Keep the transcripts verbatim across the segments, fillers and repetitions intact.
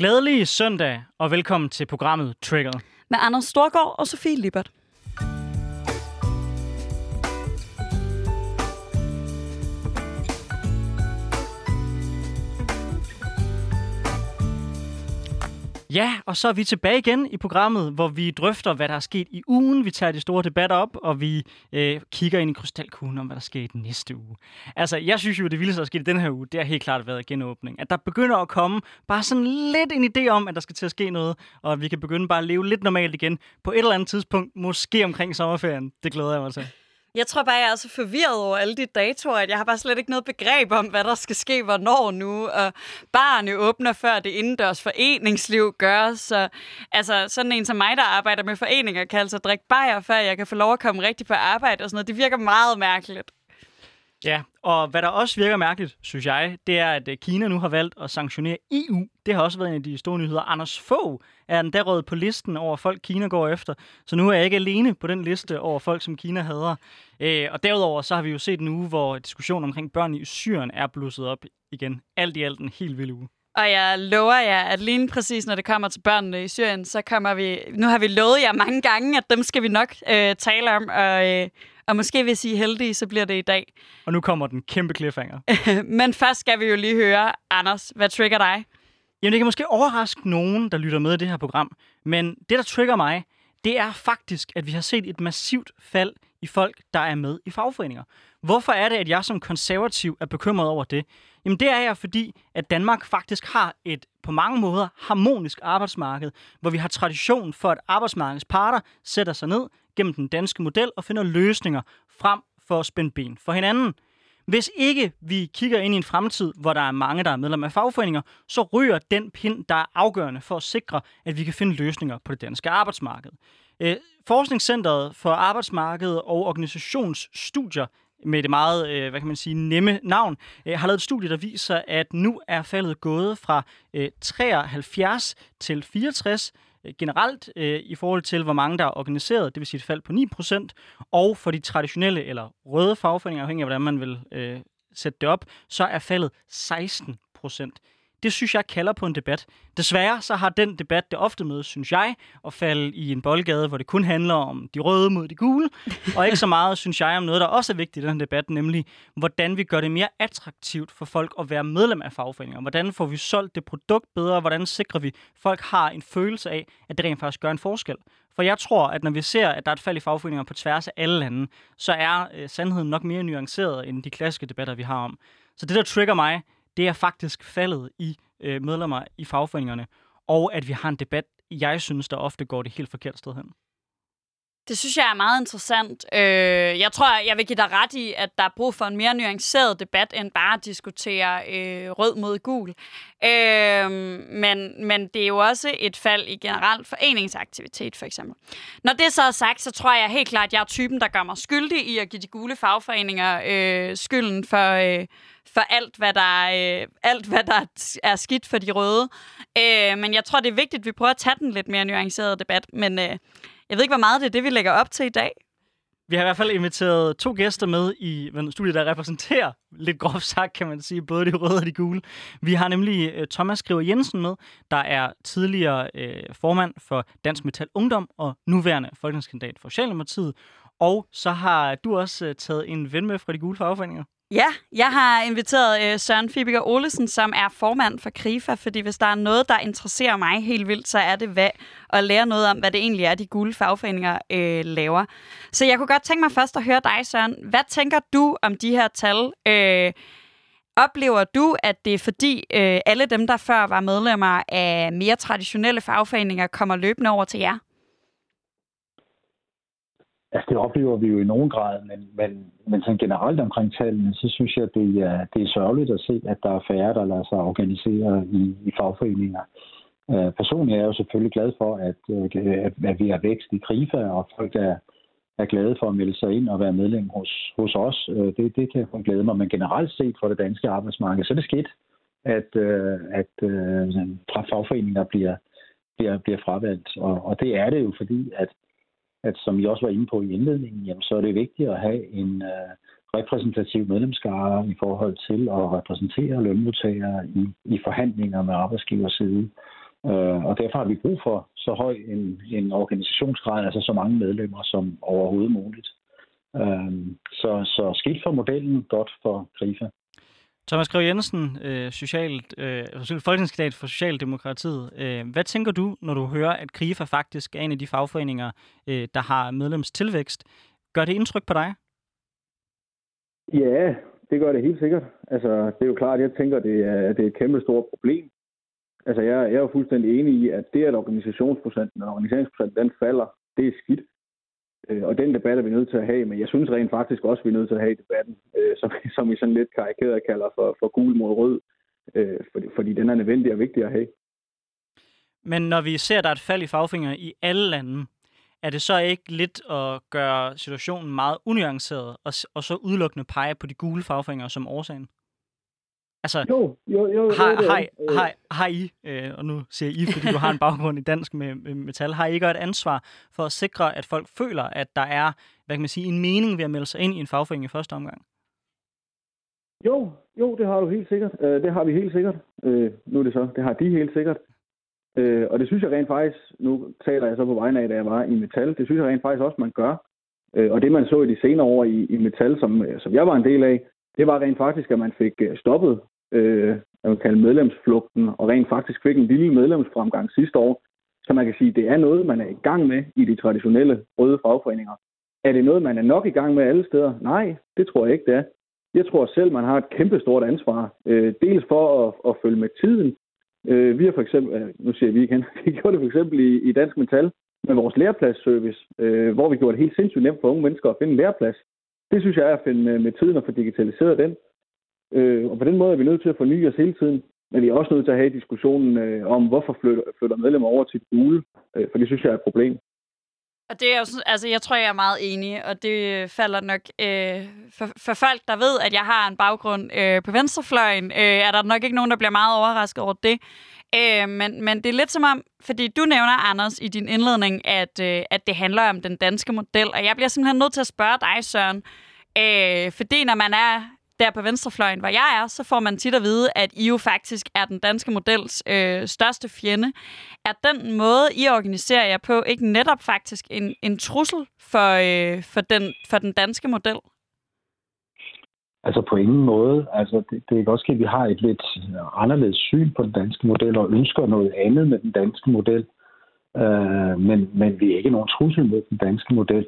Glædelig søndag, og velkommen til programmet Trigger. Med Anders Storgård og Sofie Lippert. Ja, og så er vi tilbage igen i programmet, hvor vi drøfter, hvad der er sket i ugen. Vi tager de store debatter op, og vi øh, kigger ind i krystalkuglen om, hvad der sker i den næste uge. Altså, jeg synes jo, det vildeste, der er sket i den her uge, det har helt klart været genåbning. At der begynder at komme bare sådan lidt en idé om, at der skal til at ske noget, og at vi kan begynde bare at leve lidt normalt igen på et eller andet tidspunkt, måske omkring sommerferien. Det glæder jeg mig til. Jeg tror bare, jeg er så forvirret over alle de datoer, at jeg har bare slet ikke noget begreb om, hvad der skal ske, hvornår nu. Og barne åbner, før det indendørs foreningsliv gør. Så altså, sådan en som mig, der arbejder med foreninger, kan altså drikke bajer, før jeg kan få lov at komme rigtig på arbejde og sådan noget. Det virker meget mærkeligt. Ja, og hvad der også virker mærkeligt, synes jeg, det er, at Kina nu har valgt at sanktionere E U. Det har også været en af de store nyheder. Anders Fogh er den der røget på listen over folk, Kina går efter. Så nu er jeg ikke alene på den liste over folk, som Kina hader. Øh, og derudover så har vi jo set en uge, hvor diskussionen omkring børn i Syrien er blusset op igen. Alt i alt en helt vild uge. Og jeg lover jer, at lige præcis når det kommer til børnene i Syrien, så kommer vi... Nu har vi lovet jer mange gange, at dem skal vi nok øh, tale om, og... Øh, Og måske hvis I er heldige, så bliver det i dag. Og nu kommer den kæmpe cliffhanger. Men først skal vi jo lige høre, Anders, hvad trigger dig? Jamen, det kan måske overraske nogen, der lytter med i det her program. Men det, der trigger mig, det er faktisk, at vi har set et massivt fald i folk, der er med i fagforeninger. Hvorfor er det, at jeg som konservativ er bekymret over det? Jamen, det er jeg, fordi at Danmark faktisk har et på mange måder harmonisk arbejdsmarked, hvor vi har tradition for, at arbejdsmarkedets parter sætter sig ned gennem den danske model og finder løsninger frem for at spænde ben for hinanden. Hvis ikke vi kigger ind i en fremtid, hvor der er mange, der er medlemmer af fagforeninger, så ryger den pind, der er afgørende for at sikre, at vi kan finde løsninger på det danske arbejdsmarked. Øh, Forskningscentret for Arbejdsmarked og Organisationsstudier, med det meget, øh, hvad kan man sige, nemme navn, øh, har lavet et studie, der viser, at nu er faldet gået fra øh, treoghalvfjerds til fireogtres øh, generelt øh, i forhold til, hvor mange der er organiseret, det vil sige et fald på ni procent, og for de traditionelle eller røde fagforeninger, afhængig af hvordan man vil øh, sætte det op, så er faldet seksten procent. Det synes jeg kalder på en debat. Desværre så har den debat det ofte med, synes jeg, at falde i en boldgade, hvor det kun handler om de røde mod de gule, og ikke så meget, synes jeg, om noget, der også er vigtigt i den debat, nemlig hvordan vi gør det mere attraktivt for folk at være medlem af fagforeninger. Hvordan får vi solgt det produkt bedre? Hvordan sikrer vi, at folk har en følelse af, at det rent faktisk gør en forskel? For jeg tror, at når vi ser, at der er et fald i fagforeninger på tværs af alle lande, så er øh, sandheden nok mere nuanceret end de klassiske debatter, vi har om. Så det, der trigger mig, det er faktisk faldet i øh, medlemmer i fagforeningerne, og at vi har en debat, jeg synes, der ofte går det helt forkert sted hen. Det synes jeg er meget interessant. Øh, jeg tror, jeg vil give dig ret i, at der er brug for en mere nuanceret debat, end bare at diskutere øh, rød mod gul. Øh, men, men det er jo også et fald i generelt foreningsaktivitet, for eksempel. Når det så er sagt, så tror jeg helt klart, at jeg er typen, der gør mig skyldig i at give de gule fagforeninger øh, skylden for... Øh, for alt hvad, der, øh, alt, hvad der er skidt for de røde. Øh, men jeg tror, det er vigtigt, at vi prøver at tage den lidt mere nuancerede debat. Men øh, jeg ved ikke, hvor meget det er det, vi lægger op til i dag. Vi har i hvert fald inviteret to gæster med i studiet, der repræsenterer, lidt groft sagt kan man sige, både de røde og de gule. Vi har nemlig uh, Thomas Skriver Jensen med, der er tidligere uh, formand for Dansk Metal Ungdom og nuværende folketingskandidat for Socialdemokratiet. Og så har du også uh, taget en ven med fra de gule fagforeninger. Ja, jeg har inviteret øh, Søren Fibiger Olesen, som er formand for Krifa, fordi hvis der er noget, der interesserer mig helt vildt, så er det hvad, at lære noget om, hvad det egentlig er, de gule fagforeninger øh, laver. Så jeg kunne godt tænke mig først at høre dig, Søren. Hvad tænker du om de her tal? Øh, oplever du, at det er fordi øh, alle dem, der før var medlemmer af mere traditionelle fagforeninger, kommer løbende over til jer? Altså, det oplever vi jo i nogen grad, men, men, men sådan generelt omkring tallene, så synes jeg, det er, det er sørgeligt at se, at der er færre, der lader sig organisere i, i fagforeninger. Uh, personligt er jeg jo selvfølgelig glad for, at, at, at vi har vækst i Krifa, og folk er, er glade for at melde sig ind og være medlem hos, hos os. Uh, det, det kan kun glæde mig, men generelt set for det danske arbejdsmarked, så er det skidt, at, uh, at uh, fagforeninger bliver, bliver, bliver fravalgt. Og, og det er det jo, fordi at at som I også var inde på i indledningen, jamen, så er det vigtigt at have en øh, repræsentativ medlemsskare i forhold til at repræsentere lønmodtagere i, i forhandlinger med arbejdsgiverside. Øh, og derfor har vi brug for så høj en, en organisationsgrad, altså så mange medlemmer som overhovedet muligt. Øh, så, så skidt for modellen, godt for Krifa. Thomas Greve Jensen, øh, socialt, øh, folketingskandidat for Socialdemokratiet. Øh, hvad tænker du, når du hører, at Krifa faktisk er en af de fagforeninger, øh, der har medlemstilvækst? Gør det indtryk på dig? Ja, det gør det helt sikkert. Altså, det er jo klart, jeg tænker, det er, det er et kæmpe stort problem. Altså, jeg, jeg er jo fuldstændig enig i, at det, at organisationsprocenten og organiseringsprocenten, den falder, det er skidt. Og den debat er vi nødt til at have, men jeg synes rent faktisk også, at vi er nødt til at have debatten, øh, som, som vi sådan lidt karikeret kalder for, for gul mod rød, øh, fordi, fordi den er nødvendig og vigtig at have. Men når vi ser, at der er et fald i fagforeninger i alle lande, er det så ikke lidt at gøre situationen meget unuanceret, og, og så udelukkende pege på de gule fagforeninger som årsagen? Altså, jo, jo, jo, har, jo, det har, har, har I, øh, og nu siger I, fordi du har en baggrund i dansk med, med metal, har I ikke et ansvar for at sikre, at folk føler, at der er, hvad kan man sige, en mening ved at melde sig ind i en fagforening i første omgang? Jo, jo, det har du helt sikkert. Øh, det har vi helt sikkert. Øh, nu er det så, det har de helt sikkert. Øh, og det synes jeg rent faktisk, nu taler jeg så på vegne af, da jeg var i metal, det synes jeg rent faktisk også, man gør. Øh, og det man så i de senere år i, i metal, som, som jeg var en del af, det var rent faktisk, at man fik stoppet øh, jeg vil kalde medlemsflugten, og rent faktisk fik en lille medlemsfremgang sidste år. Så man kan sige, at det er noget, man er i gang med i de traditionelle røde fagforeninger. Er det noget, man er nok i gang med alle steder? Nej, det tror jeg ikke, det er. Jeg tror selv, man har et kæmpestort ansvar. Øh, dels for at, at følge med tiden. Øh, vi har for eksempel, nu siger vi igen, vi gjorde det for eksempel i, i Dansk Metal med vores lærepladsservice, øh, hvor vi gjorde det helt sindssygt nemt for unge mennesker at finde en læreplads. Det synes jeg er at finde med, med tiden og få digitaliseret den. Øh, og på den måde er vi nødt til at forny os hele tiden. Men vi er også nødt til at have diskussionen øh, om, hvorfor flytter, flytter medlemmer over til gule. Øh, for det synes jeg er et problem. Og det er jo sådan, altså jeg tror, jeg er meget enig, og det falder nok øh, for, for folk, der ved, at jeg har en baggrund øh, på venstrefløjen, øh, er der nok ikke nogen, der bliver meget overrasket over det. Øh, men, men det er lidt som om, fordi du nævner, Anders, i din indledning, at, øh, at det handler om den danske model, og jeg bliver simpelthen nødt til at spørge dig, Søren, øh, fordi når man er der på venstrefløjen, hvor jeg er, så får man tit at vide, at I jo faktisk er den danske models øh, største fjende. Er den måde, I organiserer jer på, ikke netop faktisk en, en trussel for, øh, for, den, for den danske model? Altså på ingen måde. Altså det, det er også at vi har et lidt anderledes syn på den danske model og ønsker noget andet med den danske model. Øh, men, men vi er ikke nogen trussel mod den danske model.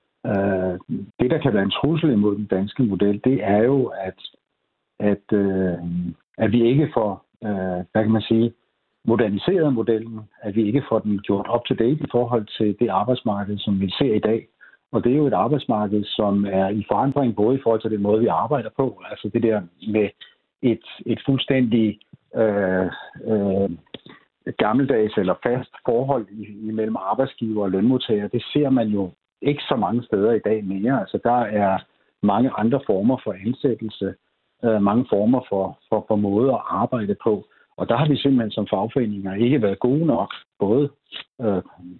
Uh, det, der kan være en trussel imod den danske model, det er jo, at, at, uh, at vi ikke får, uh, hvad kan man sige, moderniseret modellen, at vi ikke får den gjort up to date i forhold til det arbejdsmarked, som vi ser i dag. Og det er jo et arbejdsmarked, som er i forandring, både i forhold til den måde, vi arbejder på, altså det der med et, et fuldstændig uh, uh, gammeldags eller fast forhold imellem arbejdsgiver og lønmodtager, det ser man jo ikke så mange steder i dag mere. Altså, der er mange andre former for ansættelse, øh, mange former for, for, for måde at arbejde på. Og der har vi simpelthen som fagforeninger ikke været gode nok, både øh,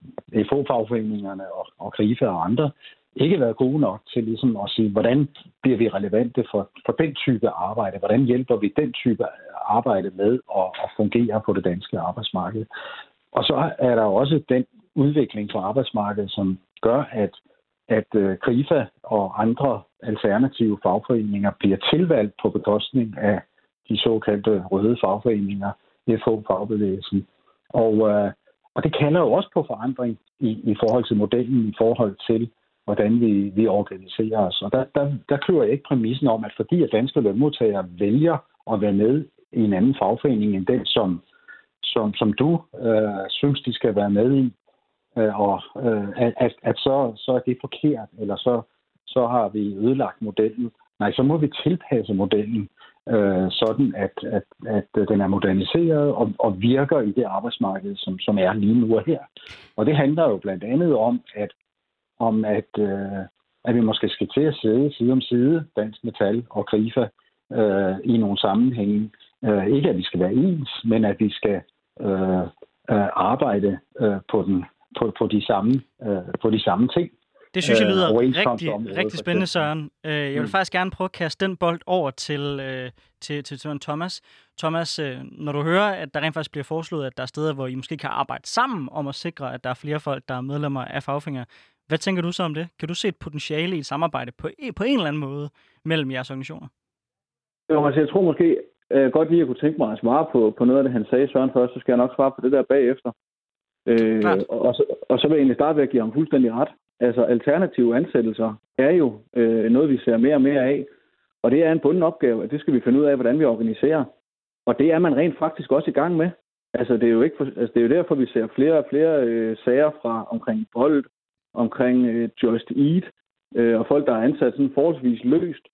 F O-fagforeningerne og, og Krifa og andre, ikke været gode nok til ligesom at sige, hvordan bliver vi relevante for, for den type arbejde? Hvordan hjælper vi den type arbejde med at, at fungere på det danske arbejdsmarked? Og så er der også den udvikling på arbejdsmarkedet, som gør, at, at uh, Krifa og andre alternative fagforeninger bliver tilvalgt på bekostning af de såkaldte røde fagforeninger, F H-fagbevægelsen. Og, uh, og det kalder jo også på forandring i, i forhold til modellen, i forhold til, hvordan vi, vi organiserer os. Og der, der, der kører jeg ikke præmissen om, at fordi at danske lønmodtagere vælger at være med i en anden fagforening end den, som, som, som du uh, synes, de skal være med i, og øh, at, at så, så er det forkert, eller så, så har vi ødelagt modellen. Nej, så må vi tilpasse modellen, øh, sådan at, at, at den er moderniseret og, og virker i det arbejdsmarked, som, som er lige nu og her. Og det handler jo blandt andet om, at, om at, øh, at vi måske skal til at sidde side om side, Dansk Metal og Krifa, øh, i nogle sammenhænge. Øh, ikke at vi skal være ens, men at vi skal øh, øh, arbejde øh, på den På, på, de samme, øh, på de samme ting. Det synes jeg lyder øh, rigtig, rigtig spændende, Søren. Øh, jeg vil mm. faktisk gerne prøve at kaste den bold over til, øh, til, til Søren Thomas. Thomas, øh, når du hører, at der rent faktisk bliver foreslået, at der er steder, hvor I måske kan arbejde sammen om at sikre, at der er flere folk, der er medlemmer af fagforeninger, hvad tænker du så om det? Kan du se et potentiale i et samarbejde på, på en eller anden måde mellem jeres organisationer? Jo, altså jeg tror måske øh, godt lige, at jeg kunne tænke mig at svare på, på noget af det, han sagde, Søren, først, så skal jeg nok svare på det der bagefter. Øh, og, så, og så vil jeg egentlig starte ved at give ham fuldstændig ret. Altså alternative ansættelser er jo øh, noget, vi ser mere og mere af, og det er en bunden opgave, at det skal vi finde ud af, hvordan vi organiserer. Og det er man rent faktisk også i gang med. Altså det er jo, ikke for, altså, det er jo derfor, vi ser flere og flere øh, sager fra omkring Bolt, omkring øh, Just Eat, øh, og folk, der er ansat sådan forholdsvis løst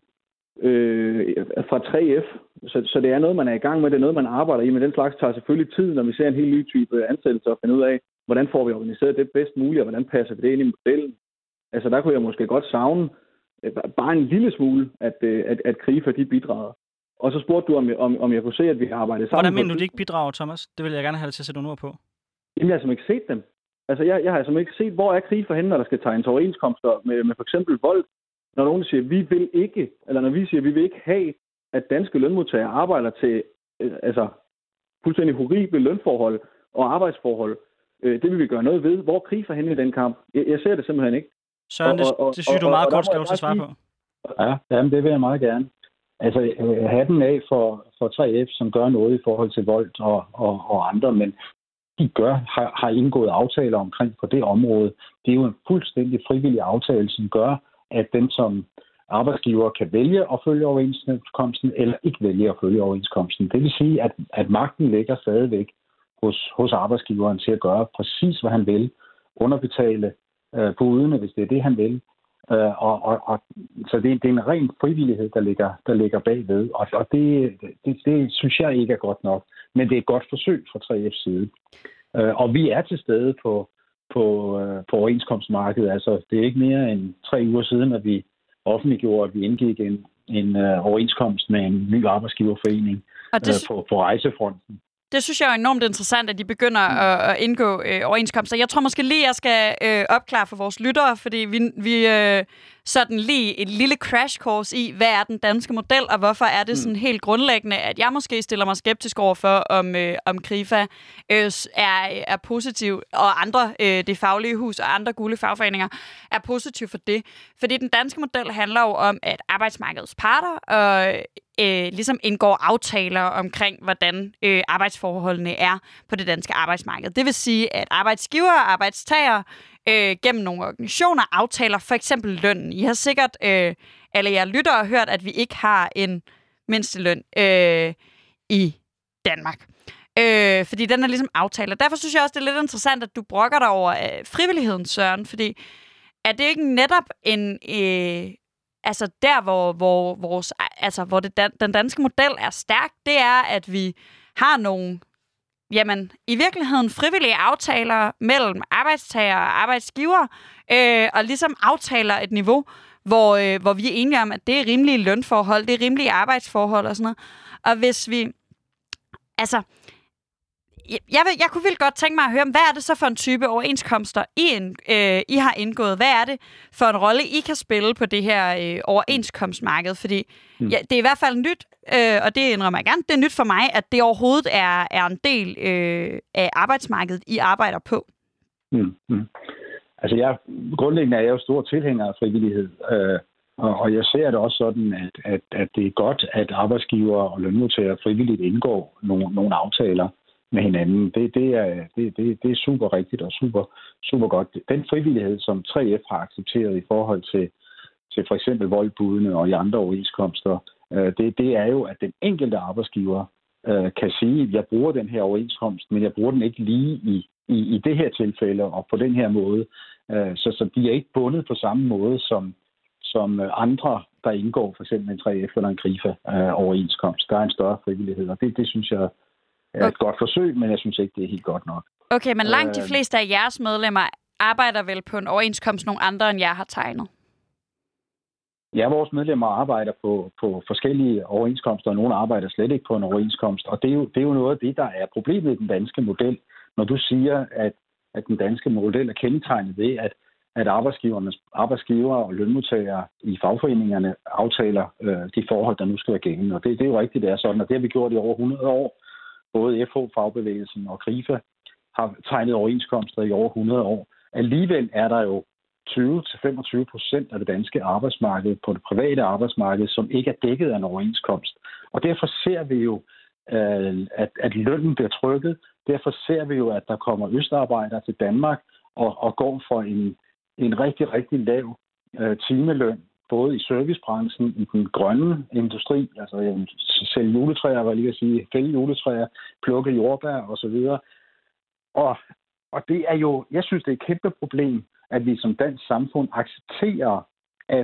øh, fra tre F. Så, så det er noget, man er i gang med, det er noget, man arbejder i, men den slags tager selvfølgelig tid, når vi ser en helt ny type ansættelse, og finde ud af, hvordan får vi organiseret det bedst muligt, og hvordan passer vi det ind i modellen. Altså der kunne jeg måske godt savne øh, bare en lille smule, at, øh, at, at Krifa de bidrager. Og så spurgte du, om jeg, om, om jeg kunne se, at vi har arbejdet sammen. Hvordan mener du, de ikke bidrager, Thomas? Det vil jeg gerne have dig til at sætte nogle ord på. Jamen, jeg har simpelthen ikke set dem. Altså, jeg, jeg har simpelthen ikke set, hvor er Krifa henne, når der skal tegnes overenskomster med, med for eksempel vold. Når nogen siger, vi vil ikke, eller når vi siger, vi vil ikke have, at danske lønmodtagere arbejder til øh, altså, fuldstændig horrible lønforhold og arbejdsforhold. Øh, det vil vi gøre noget ved. Hvor er Krifa henne i den kamp? Jeg, jeg ser det simpelthen ikke. Søren, det, og, og, det synes du meget og, godt skal til at svare på. Ja, jamen, det vil jeg meget gerne. Altså, hatten af for, for tre F, som gør noget i forhold til vold og, og, og andre, men de gør, har, har indgået aftaler omkring på det område. Det er jo en fuldstændig frivillig aftale, som gør, at den som arbejdsgiver kan vælge at følge overenskomsten, eller ikke vælge at følge overenskomsten. Det vil sige, at, at magten ligger stadigvæk hos, hos arbejdsgiveren til at gøre præcis, hvad han vil, underbetale øh, på udene, hvis det er det, han vil. Uh, og, og, og, så det, det er en ren frivillighed, der ligger, der ligger bagved, og, og det, det, det synes jeg ikke er godt nok. Men det er et godt forsøg fra tre F's side. Uh, og vi er til stede på, på, uh, på overenskomstmarkedet. Altså, det er ikke mere end tre uger siden, at vi offentliggjorde, at vi indgik en, en uh, overenskomst med en ny arbejdsgiverforening det, uh, på, på rejsefronten. Det synes jeg er enormt interessant, at de begynder at, at indgå øh, overenskomster. Jeg tror måske lige, jeg skal øh, opklare for vores lyttere, fordi vi, vi øh, sådan lige et lille crash course i, hvad er den danske model, og hvorfor er det sådan helt grundlæggende, at jeg måske stiller mig skeptisk over for, om, øh, om Krifa øh, er, er positiv, og andre, øh, det faglige hus og andre gule fagforeninger, er positiv for det. Fordi den danske model handler jo om, at arbejdsmarkedets parter og Øh, ligesom indgår aftaler omkring, hvordan øh, arbejdsforholdene er på det danske arbejdsmarked. Det vil sige, at arbejdsgiver og arbejdstager øh, gennem nogle organisationer aftaler for eksempel lønnen. I har sikkert, øh, eller jeg lytter og hørt, at vi ikke har en mindsteløn øh, i Danmark. Øh, fordi den er ligesom aftaler. Derfor synes jeg også, det er lidt interessant, at du brokker dig over øh, frivilligheden, Søren, fordi er det ikke netop en... Øh, Altså der, hvor, hvor, vores, altså, hvor det dan- den danske model er stærk, det er, at vi har nogle, jamen, i virkeligheden frivillige aftaler mellem arbejdstager og arbejdsgiver, øh, og ligesom aftaler et niveau, hvor, øh, hvor vi er enige om, at det er rimelige lønforhold, det er rimelige arbejdsforhold og sådan noget. Og hvis vi, altså... Jeg, vil, jeg kunne vildt godt tænke mig at høre, hvad er det så for en type overenskomster, I, en, øh, I har indgået? Hvad er det for en rolle, I kan spille på det her øh, overenskomstmarked? Fordi mm. ja, det er i hvert fald nyt, øh, og det indrømmer jeg gerne, det er nyt for mig, at det overhovedet er, er en del øh, af arbejdsmarkedet, I arbejder på. Mm. Mm. Altså jeg, grundlæggende er jeg jo stor tilhænger af frivillighed, øh, og, og jeg ser det også sådan, at, at, at det er godt, at arbejdsgiver og lønmodtagere frivilligt indgår nogle, nogle aftaler med hinanden. Det, det, er, det, det, det er super rigtigt og super, super godt. Den frivillighed, som tre F har accepteret i forhold til, til for eksempel voldbudene og i andre overenskomster, det, det er jo, at den enkelte arbejdsgiver øh, kan sige, at jeg bruger den her overenskomst, men jeg bruger den ikke lige i, i, i det her tilfælde og på den her måde. Øh, så, så de er ikke bundet på samme måde som, som andre, der indgår for eksempel en tre F eller en Krifa øh, overenskomst. Der er en større frivillighed, og det, det synes jeg er et godt forsøg, men jeg synes ikke, det er helt godt nok. Okay, men langt de fleste af jeres medlemmer arbejder vel på en overenskomst, nogle andre end jer har tegnet? Ja, vores medlemmer arbejder på, på forskellige overenskomster, og nogle arbejder slet ikke på en overenskomst. Og det er, jo, det er jo noget af det, der er problemet i den danske model. Når du siger, at, at den danske model er kendetegnet ved, at, at arbejdsgiverne, arbejdsgivere og lønmodtagere i fagforeningerne aftaler øh, de forhold, der nu skal være gældende. Og det, det er jo rigtigt, det er sådan, og det har vi gjort i over hundrede år. Både F H-fagbevægelsen og Krifa har tegnet overenskomster i over hundrede år. Alligevel er der jo tyve til femogtyve procent af det danske arbejdsmarked på det private arbejdsmarked, som ikke er dækket af en overenskomst. Og derfor ser vi jo, øh, at, at lønnen bliver trykket. Derfor ser vi jo, at der kommer østarbejdere til Danmark og, og går for en, en rigtig, rigtig lav øh, timeløn, både i servicebranchen, i den grønne industri, altså sælge juletræer, var lige at sige, fælde juletræer, plukke jordbær osv. Og, og det er jo, jeg synes, det er et kæmpe problem, at vi som dansk samfund accepterer, at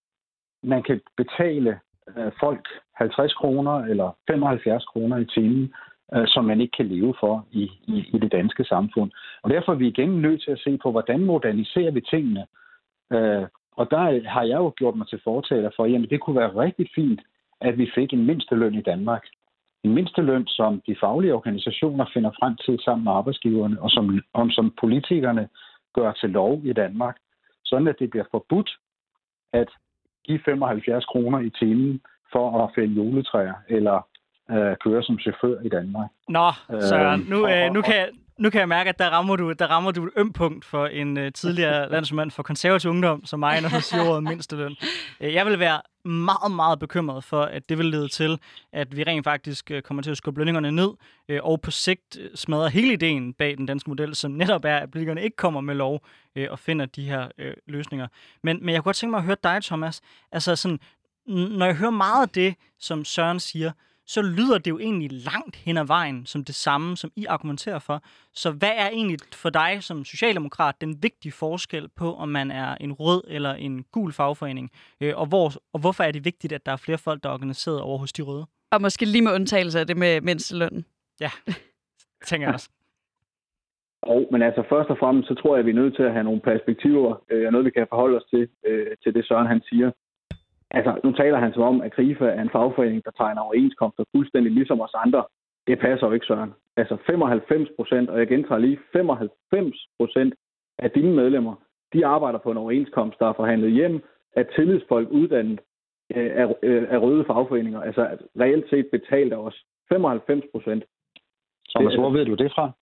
man kan betale øh, folk halvtreds kroner eller femoghalvfjerds kroner i timen, øh, som man ikke kan leve for i, i, i det danske samfund. Og derfor er vi igen nødt til at se på, hvordan moderniserer vi tingene. Øh, og der har jeg jo gjort mig til fortaler for, jamen det kunne være rigtig fint, at vi fik en mindsteløn i Danmark. En mindsteløn, som de faglige organisationer finder frem til sammen med arbejdsgiverne, og som, om, som politikerne gør til lov i Danmark, sådan at det bliver forbudt at give femoghalvfjerds kroner i timen for at fælde juletræer eller øh, køre som chauffør i Danmark. Nå, Søren, nu, øh, nu, kan jeg, nu kan jeg mærke, at der rammer du, der rammer du et ømt punkt for en øh, tidligere landsmand for konservativ ungdom, som mig, når du siger ordet mindsteløn. Jeg vil være meget, meget bekymret for, at det vil lede til, at vi rent faktisk kommer til at skubbe lønningerne ned, øh, og på sigt smadrer hele ideen bag den danske model, som netop er, at politikerne ikke kommer med lov øh, og finder de her øh, løsninger. Men, men jeg kunne godt tænke mig at høre dig, Thomas. Altså sådan, når jeg hører meget af det, som Søren siger, så lyder det jo egentlig langt hen ad vejen som det samme, som I argumenterer for. Så hvad er egentlig for dig som socialdemokrat den vigtige forskel på, om man er en rød eller en gul fagforening? Og, hvor, og hvorfor er det vigtigt, at der er flere folk, der er organiseret over hos de røde? Og måske lige med undtagelse af det med mindstelønnen. Ja, tænker jeg også. Og, men altså først og fremmest, så tror jeg, at vi er nødt til at have nogle perspektiver, øh, og noget, vi kan forholde os til, øh, til det Søren han siger. Altså, nu taler han som om, at Krifa er en fagforening, der tegner overenskomster fuldstændig ligesom os andre. Det passer jo ikke, Søren. Altså femoghalvfems procent, og jeg gentager lige, femoghalvfems procent af dine medlemmer, de arbejder på en overenskomst, der er forhandlet hjem af tillidsfolk uddannet øh, af, øh, af røde fagforeninger. Altså reelt set betalt af os. femoghalvfems procent. Thomas, hvor ved du det fra?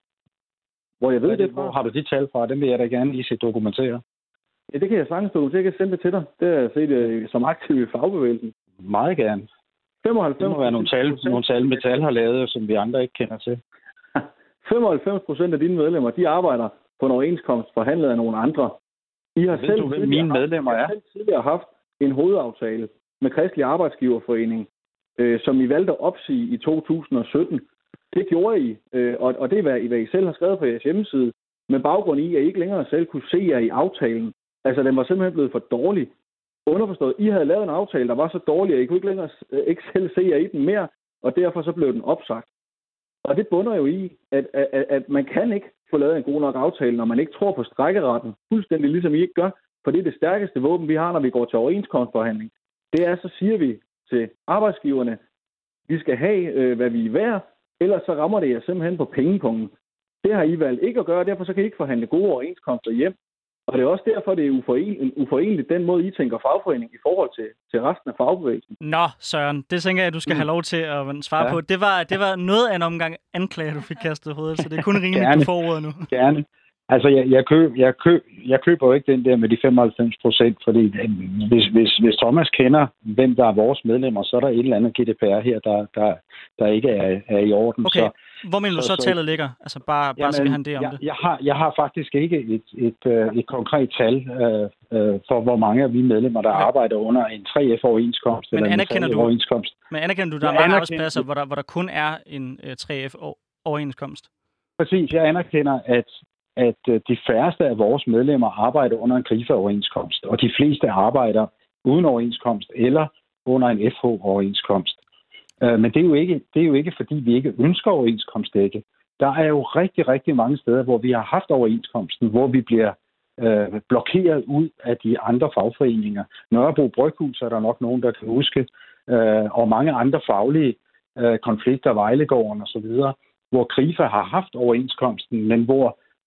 Hvor jeg ved det, det fra? Hvor har du de tal fra? Dem vil jeg da gerne lige se dokumentere. Ja, det kan jeg sagtens dokumentere. Jeg kan sende det til dig. Det har jeg set uh, som aktiv i fagbevægelsen. Meget gerne. femoghalvfems Det må være nogle tal, nogle tal Metal har lavet, som vi andre ikke kender til. femoghalvfems procent af dine medlemmer, de arbejder på en overenskomst forhandlet af nogle andre. I har Ved selv du, hvem mine medlemmer er? I har selv tidligere haft en hovedaftale med Kristelig Arbejdsgiverforening, øh, som I valgte at opsige i to tusind og sytten. Det gjorde I, øh, og, og det er, hvad I, hvad I selv har skrevet på jeres hjemmeside, med baggrund i, at I ikke længere selv kunne se jer i aftalen. Altså, den var simpelthen blevet for dårlig. Underforstået, I havde lavet en aftale, der var så dårlig, at I kunne ikke længere ikke selv se jer i den mere, og derfor så blev den opsagt. Og det bunder jo i, at, at, at man kan ikke få lavet en god nok aftale, når man ikke tror på strækkeretten, fuldstændig ligesom I ikke gør, for det er det stærkeste våben, vi har, når vi går til overenskomstforhandling. Det er, så siger vi til arbejdsgiverne, vi skal have, øh, hvad vi er værd, ellers så rammer det jer simpelthen på pengepunkten. Det har I valgt ikke at gøre, derfor så kan I ikke forhandle gode overenskomster hjem. Og det er også derfor, det er uforenligt, uforenligt den måde, I tænker fagforening i forhold til, til resten af fagbevægelsen. Nå, Søren, det tænker jeg, du skal have lov til at svare ja. på. Det var, det var noget af en omgang anklager, du fik kastet i hovedet, så det er kun rimeligt, du får ordet nu. Gerne. Altså, jeg, jeg, køb, jeg, køb, jeg køber jo ikke den der med de femoghalvfems procent, fordi hvis, hvis, hvis Thomas kender, hvem der er vores medlemmer, så er der et eller andet G D P R her, der, der, der ikke er, er i orden. Okay. Så, hvor mener du så, så tallet ligger? Altså bare, bare så vi har en idé om jeg, det. Jeg har, jeg har faktisk ikke et, et, et, et konkret tal øh, øh, for, hvor mange af vi medlemmer, der okay. arbejder under en tre F-overenskomst eller en tre-F-overenskomst. Men anerkender du, der er mange arbejdspladser, hvor der, hvor der kun er en uh, tre F-overenskomst? Præcis, jeg anerkender, at at de færreste af vores medlemmer arbejder under en Krifa-overenskomst, og de fleste arbejder uden overenskomst eller under en F H-overenskomst. Men det er jo ikke, det er jo ikke fordi vi ikke ønsker overenskomstdække. Der er jo rigtig, rigtig mange steder, hvor vi har haft overenskomsten, hvor vi bliver øh, blokeret ud af de andre fagforeninger. Nørrebro Bryghus er der nok nogen, der kan huske, øh, og mange andre faglige øh, konflikter, Vejlegården osv., hvor Krifa har haft overenskomsten, men hvor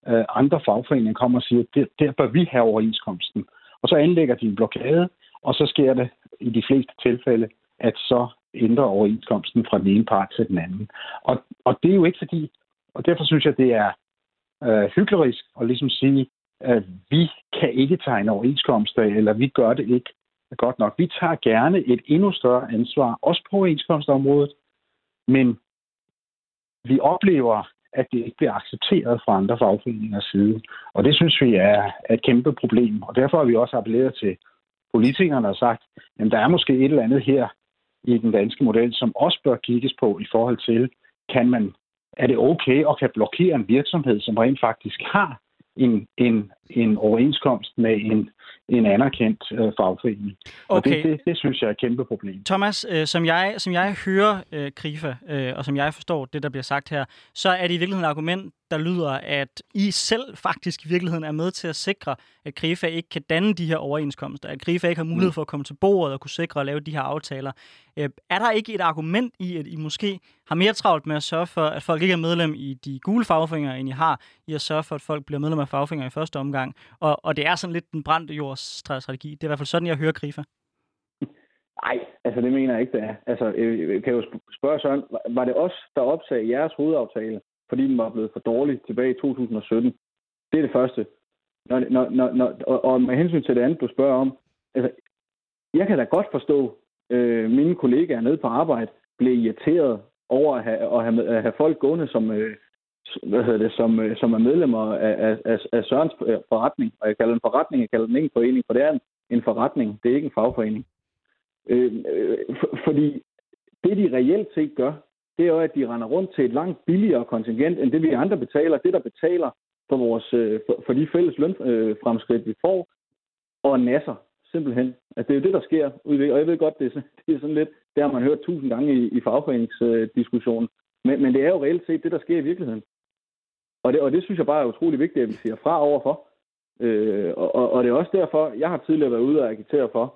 øh, andre fagforeninger kommer og siger, der, der bør vi have overenskomsten. Og så anlægger de en blokade, og så sker det i de fleste tilfælde, at så ændrer overenskomsten fra den ene part til den anden. Og, og det er jo ikke fordi, og derfor synes jeg, det er øh, hyklerisk at ligesom sige, at vi kan ikke tegne overenskomster, eller vi gør det ikke godt nok. Vi tager gerne et endnu større ansvar, også på overenskomstområdet, men vi oplever, at det ikke bliver accepteret fra andre fagforeningers side. Og det synes vi er et kæmpe problem. Og derfor har vi også appelleret til politikerne og sagt, at der er måske et eller andet her i den danske model, som også bør kigges på i forhold til, kan man, er det okay at kan blokere en virksomhed, som rent faktisk har en, en, en overenskomst med en, en anerkendt øh, fagforening. Og okay. det, det, det synes jeg er et kæmpe problem. Thomas, øh, som, jeg, som jeg hører øh, Krifa, øh, og som jeg forstår det, der bliver sagt her, så er det i virkeligheden et argument, der lyder, at I selv faktisk i virkeligheden er med til at sikre, at Krifa ikke kan danne de her overenskomster, at Krifa ikke har mulighed for at komme til bordet og kunne sikre at lave de her aftaler. Øh, er der ikke et argument i, at I måske har mere travlt med at sørge for, at folk ikke er medlem i de gule fagforeninger, end I har i at sørge for, at folk bliver medlem af fagforeninger i første omgang? Og, og det er sådan lidt den brændte jords strategi. Det er i hvert fald sådan, jeg hører Krifa. Nej, altså det mener jeg ikke, det er. Altså, jeg kan jo spørge Søren, var det os, der opsagde jeres hovedaftale, fordi den var blevet for dårlig tilbage i to tusind og sytten? Det er det første. Når, når, når, når, og, og med hensyn til det andet, du spørger om, altså, jeg kan da godt forstå, øh, mine kollegaer nede på arbejde blev irriteret over at have, at have, at have folk gående som, øh, hvad hedder det, som, øh, som er medlemmer af, af, af Sørens forretning. Og jeg kalder den forretning, jeg kalder den ikke en forening, for det er en forretning, det er ikke en fagforening. Øh, øh, for, fordi det, de reelt set gør, det er jo, at de render rundt til et langt billigere kontingent, end det vi andre betaler. Det, der betaler for, vores, for, for de fælles lønfremskridt, vi får, og nasser simpelthen. At det er jo det, der sker. Og jeg ved godt, det er, det er sådan lidt, det har man hørt tusind gange i, i fagforeningsdiskussionen. Men, men det er jo reelt set det, der sker i virkeligheden. Og det, og det synes jeg bare er utrolig vigtigt, at vi siger fra overfor. Øh, og, og det er også derfor, jeg har tidligere været ude og agitere for,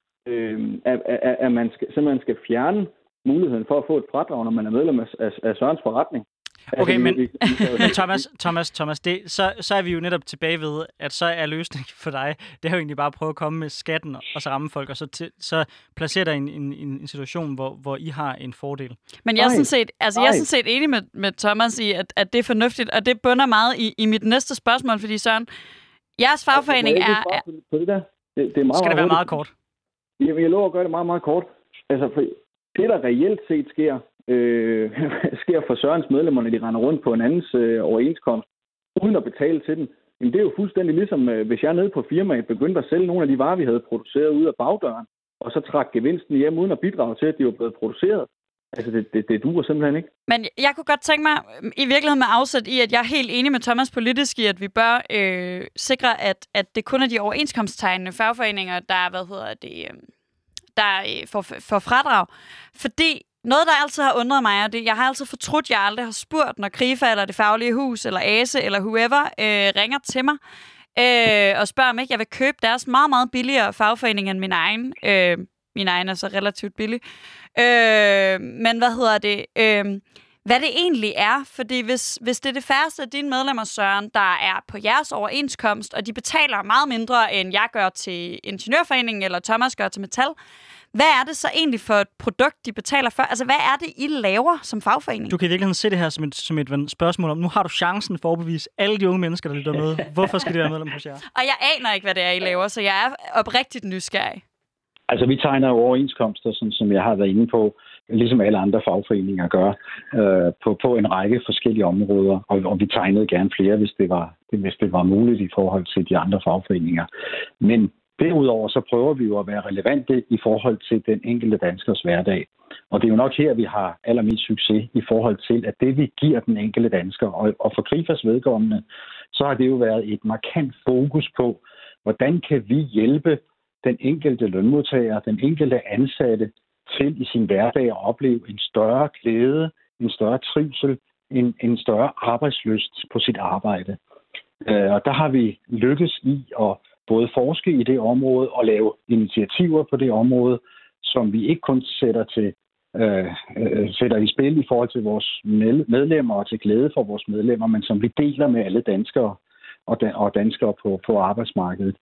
øh, at, at, at man skal, simpelthen skal fjerne muligheden for at få et fradrag, når man er medlem af, af, af Sørens forretning. Okay, men, men Thomas, Thomas, Thomas det, så, så er vi jo netop tilbage ved, at så er løsningen for dig, det er jo egentlig bare at prøve at komme med skatten og så ramme folk, og så, til, så placere dig i en, en, en situation, hvor, hvor I har en fordel. Men jeg er sådan set, altså, jeg er sådan set enig med, med Thomas i, at, at det er fornuftigt, og det bunder meget i, i mit næste spørgsmål, fordi Søren, jeres fagforening er... er på det der. Det, det er meget, skal det være meget, meget kort? Jeg, jeg lover at gøre det meget, meget kort. Altså, for det, der reelt set sker, øh, sker for Sørens medlemmer, når de render rundt på en andens øh, overenskomst, uden at betale til den, jamen det er jo fuldstændig ligesom, øh, hvis jeg nede på firmaet begyndte at sælge nogle af de varer, vi havde produceret ud af bagdøren, og så trak gevinsten hjem, uden at bidrage til, at de var blevet produceret. Altså, det, det, det duer simpelthen ikke. Men jeg kunne godt tænke mig, i virkeligheden med afsæt i, at jeg er helt enig med Thomas politisk i, at vi bør øh, sikre, at, at det kun er de overenskomsttegnende fagforeninger, der, hvad hedder det, øh, der øh, får, får fradrag. Fordi noget, der altid har undret mig, og det, jeg har altid fortrudt, jeg aldrig har spurgt, når Krifa eller Det Faglige Hus eller A S E eller whoever øh, ringer til mig øh, og spørger, om ikke jeg vil købe deres meget, meget billigere fagforening end min egen. Øh, min egen er så relativt billig. Øh, men hvad hedder det? Øh, hvad det egentlig er, fordi hvis, hvis det er det færreste af dine medlemmer, Søren, der er på jeres overenskomst, og de betaler meget mindre, end jeg gør til Ingeniørforeningen, eller Thomas gør til Metal, hvad er det så egentlig for et produkt, de betaler for? Altså, hvad er det, I laver som fagforening? Du kan i virkeligheden se det her som et, som et spørgsmål om, nu har du chancen for at overbevise alle de unge mennesker, der lytter med. Hvorfor skal de være medlem hos jer? Og jeg aner ikke, hvad det er, I laver, så jeg er oprigtigt nysgerrig. Altså, vi tegner jo overenskomster, som, som jeg har været inde på, ligesom alle andre fagforeninger gør, øh, på, på en række forskellige områder, og, og vi tegnede gerne flere, hvis det, var, hvis det var muligt i forhold til de andre fagforeninger. Men derudover så prøver vi jo at være relevante i forhold til den enkelte danskers hverdag. Og det er jo nok her, vi har allermest succes i forhold til, at det vi giver den enkelte dansker, og, og for Krifas vedkommende, så har det jo været et markant fokus på, hvordan kan vi hjælpe den enkelte lønmodtager, den enkelte ansatte til i sin hverdag at opleve en større glæde, en større trivsel, en, en større arbejdslyst på sit arbejde. Og der har vi lykkes i at både forske i det område og lave initiativer på det område, som vi ikke kun sætter til øh, øh, sætter i spil i forhold til vores medlemmer og til glæde for vores medlemmer, men som vi deler med alle danskere og, dan- og danskere på, på arbejdsmarkedet.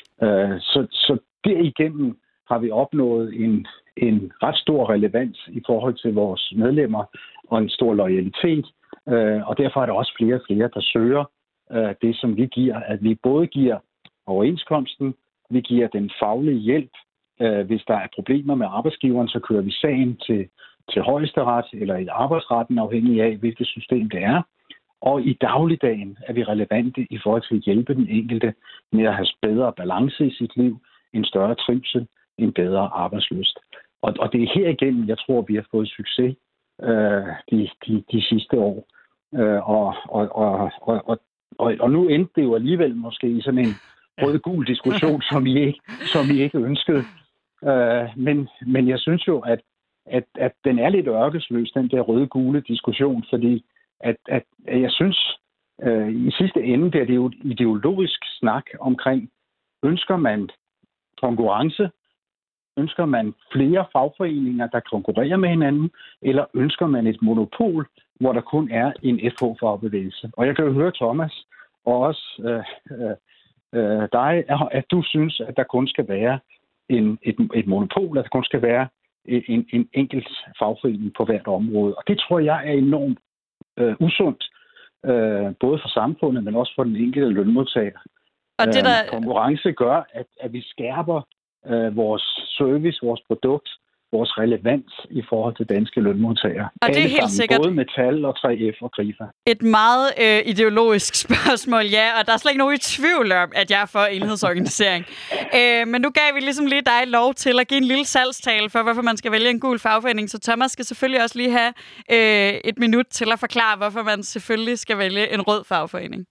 Øh, så, så derigennem har vi opnået en, en ret stor relevans i forhold til vores medlemmer og en stor loyalitet, øh, og derfor er der også flere og flere, der søger øh, det, som vi giver, at vi både giver overenskomsten, vi giver den faglige hjælp. Øh, hvis der er problemer med arbejdsgiveren, så kører vi sagen til, til højesteret eller i arbejdsretten, afhængig af, hvilket system det er. Og i dagligdagen er vi relevante i forhold til at hjælpe den enkelte med at have bedre balance i sit liv, en større trivsel, en bedre arbejdslyst. Og, og det er herigennem, jeg tror, vi har fået succes øh, de, de, de sidste år. Øh, og, og, og, og, og, og nu endte det jo alligevel måske i sådan en rød-gul diskussion, som I ikke, som I ikke ønskede. Øh, men, men jeg synes jo, at, at, at den er lidt ørkesløs, den der røde-gule diskussion, fordi at, at, at jeg synes, øh, i sidste ende bliver det jo et ideologisk snak omkring, ønsker man konkurrence, ønsker man flere fagforeninger, der konkurrerer med hinanden, eller ønsker man et monopol, hvor der kun er en F H-fagbevægelse. Og jeg kan jo høre, Thomas, og også øh, øh, dig, at du synes, at der kun skal være en, et, et monopol, at der kun skal være en, en enkelt fagforening på hvert område. Og det tror jeg er enormt øh, usundt, øh, både for samfundet, men også for den enkelte lønmodtager. Og det der... øh, konkurrence gør, at, at vi skærper øh, vores service, vores produkt, vores relevans i forhold til danske lønmodtagere. Og det er Alle helt sammen, sikkert både Metal og tre F og Krifa. et meget øh, ideologisk spørgsmål, ja, og der er slet ikke nogen i tvivl om, at jeg er for enhedsorganisering. øh, men nu gav vi ligesom lige dig lov til at give en lille salgstale for, hvorfor man skal vælge en gul fagforening, så Thomas skal selvfølgelig også lige have øh, et minut til at forklare, hvorfor man selvfølgelig skal vælge en rød fagforening.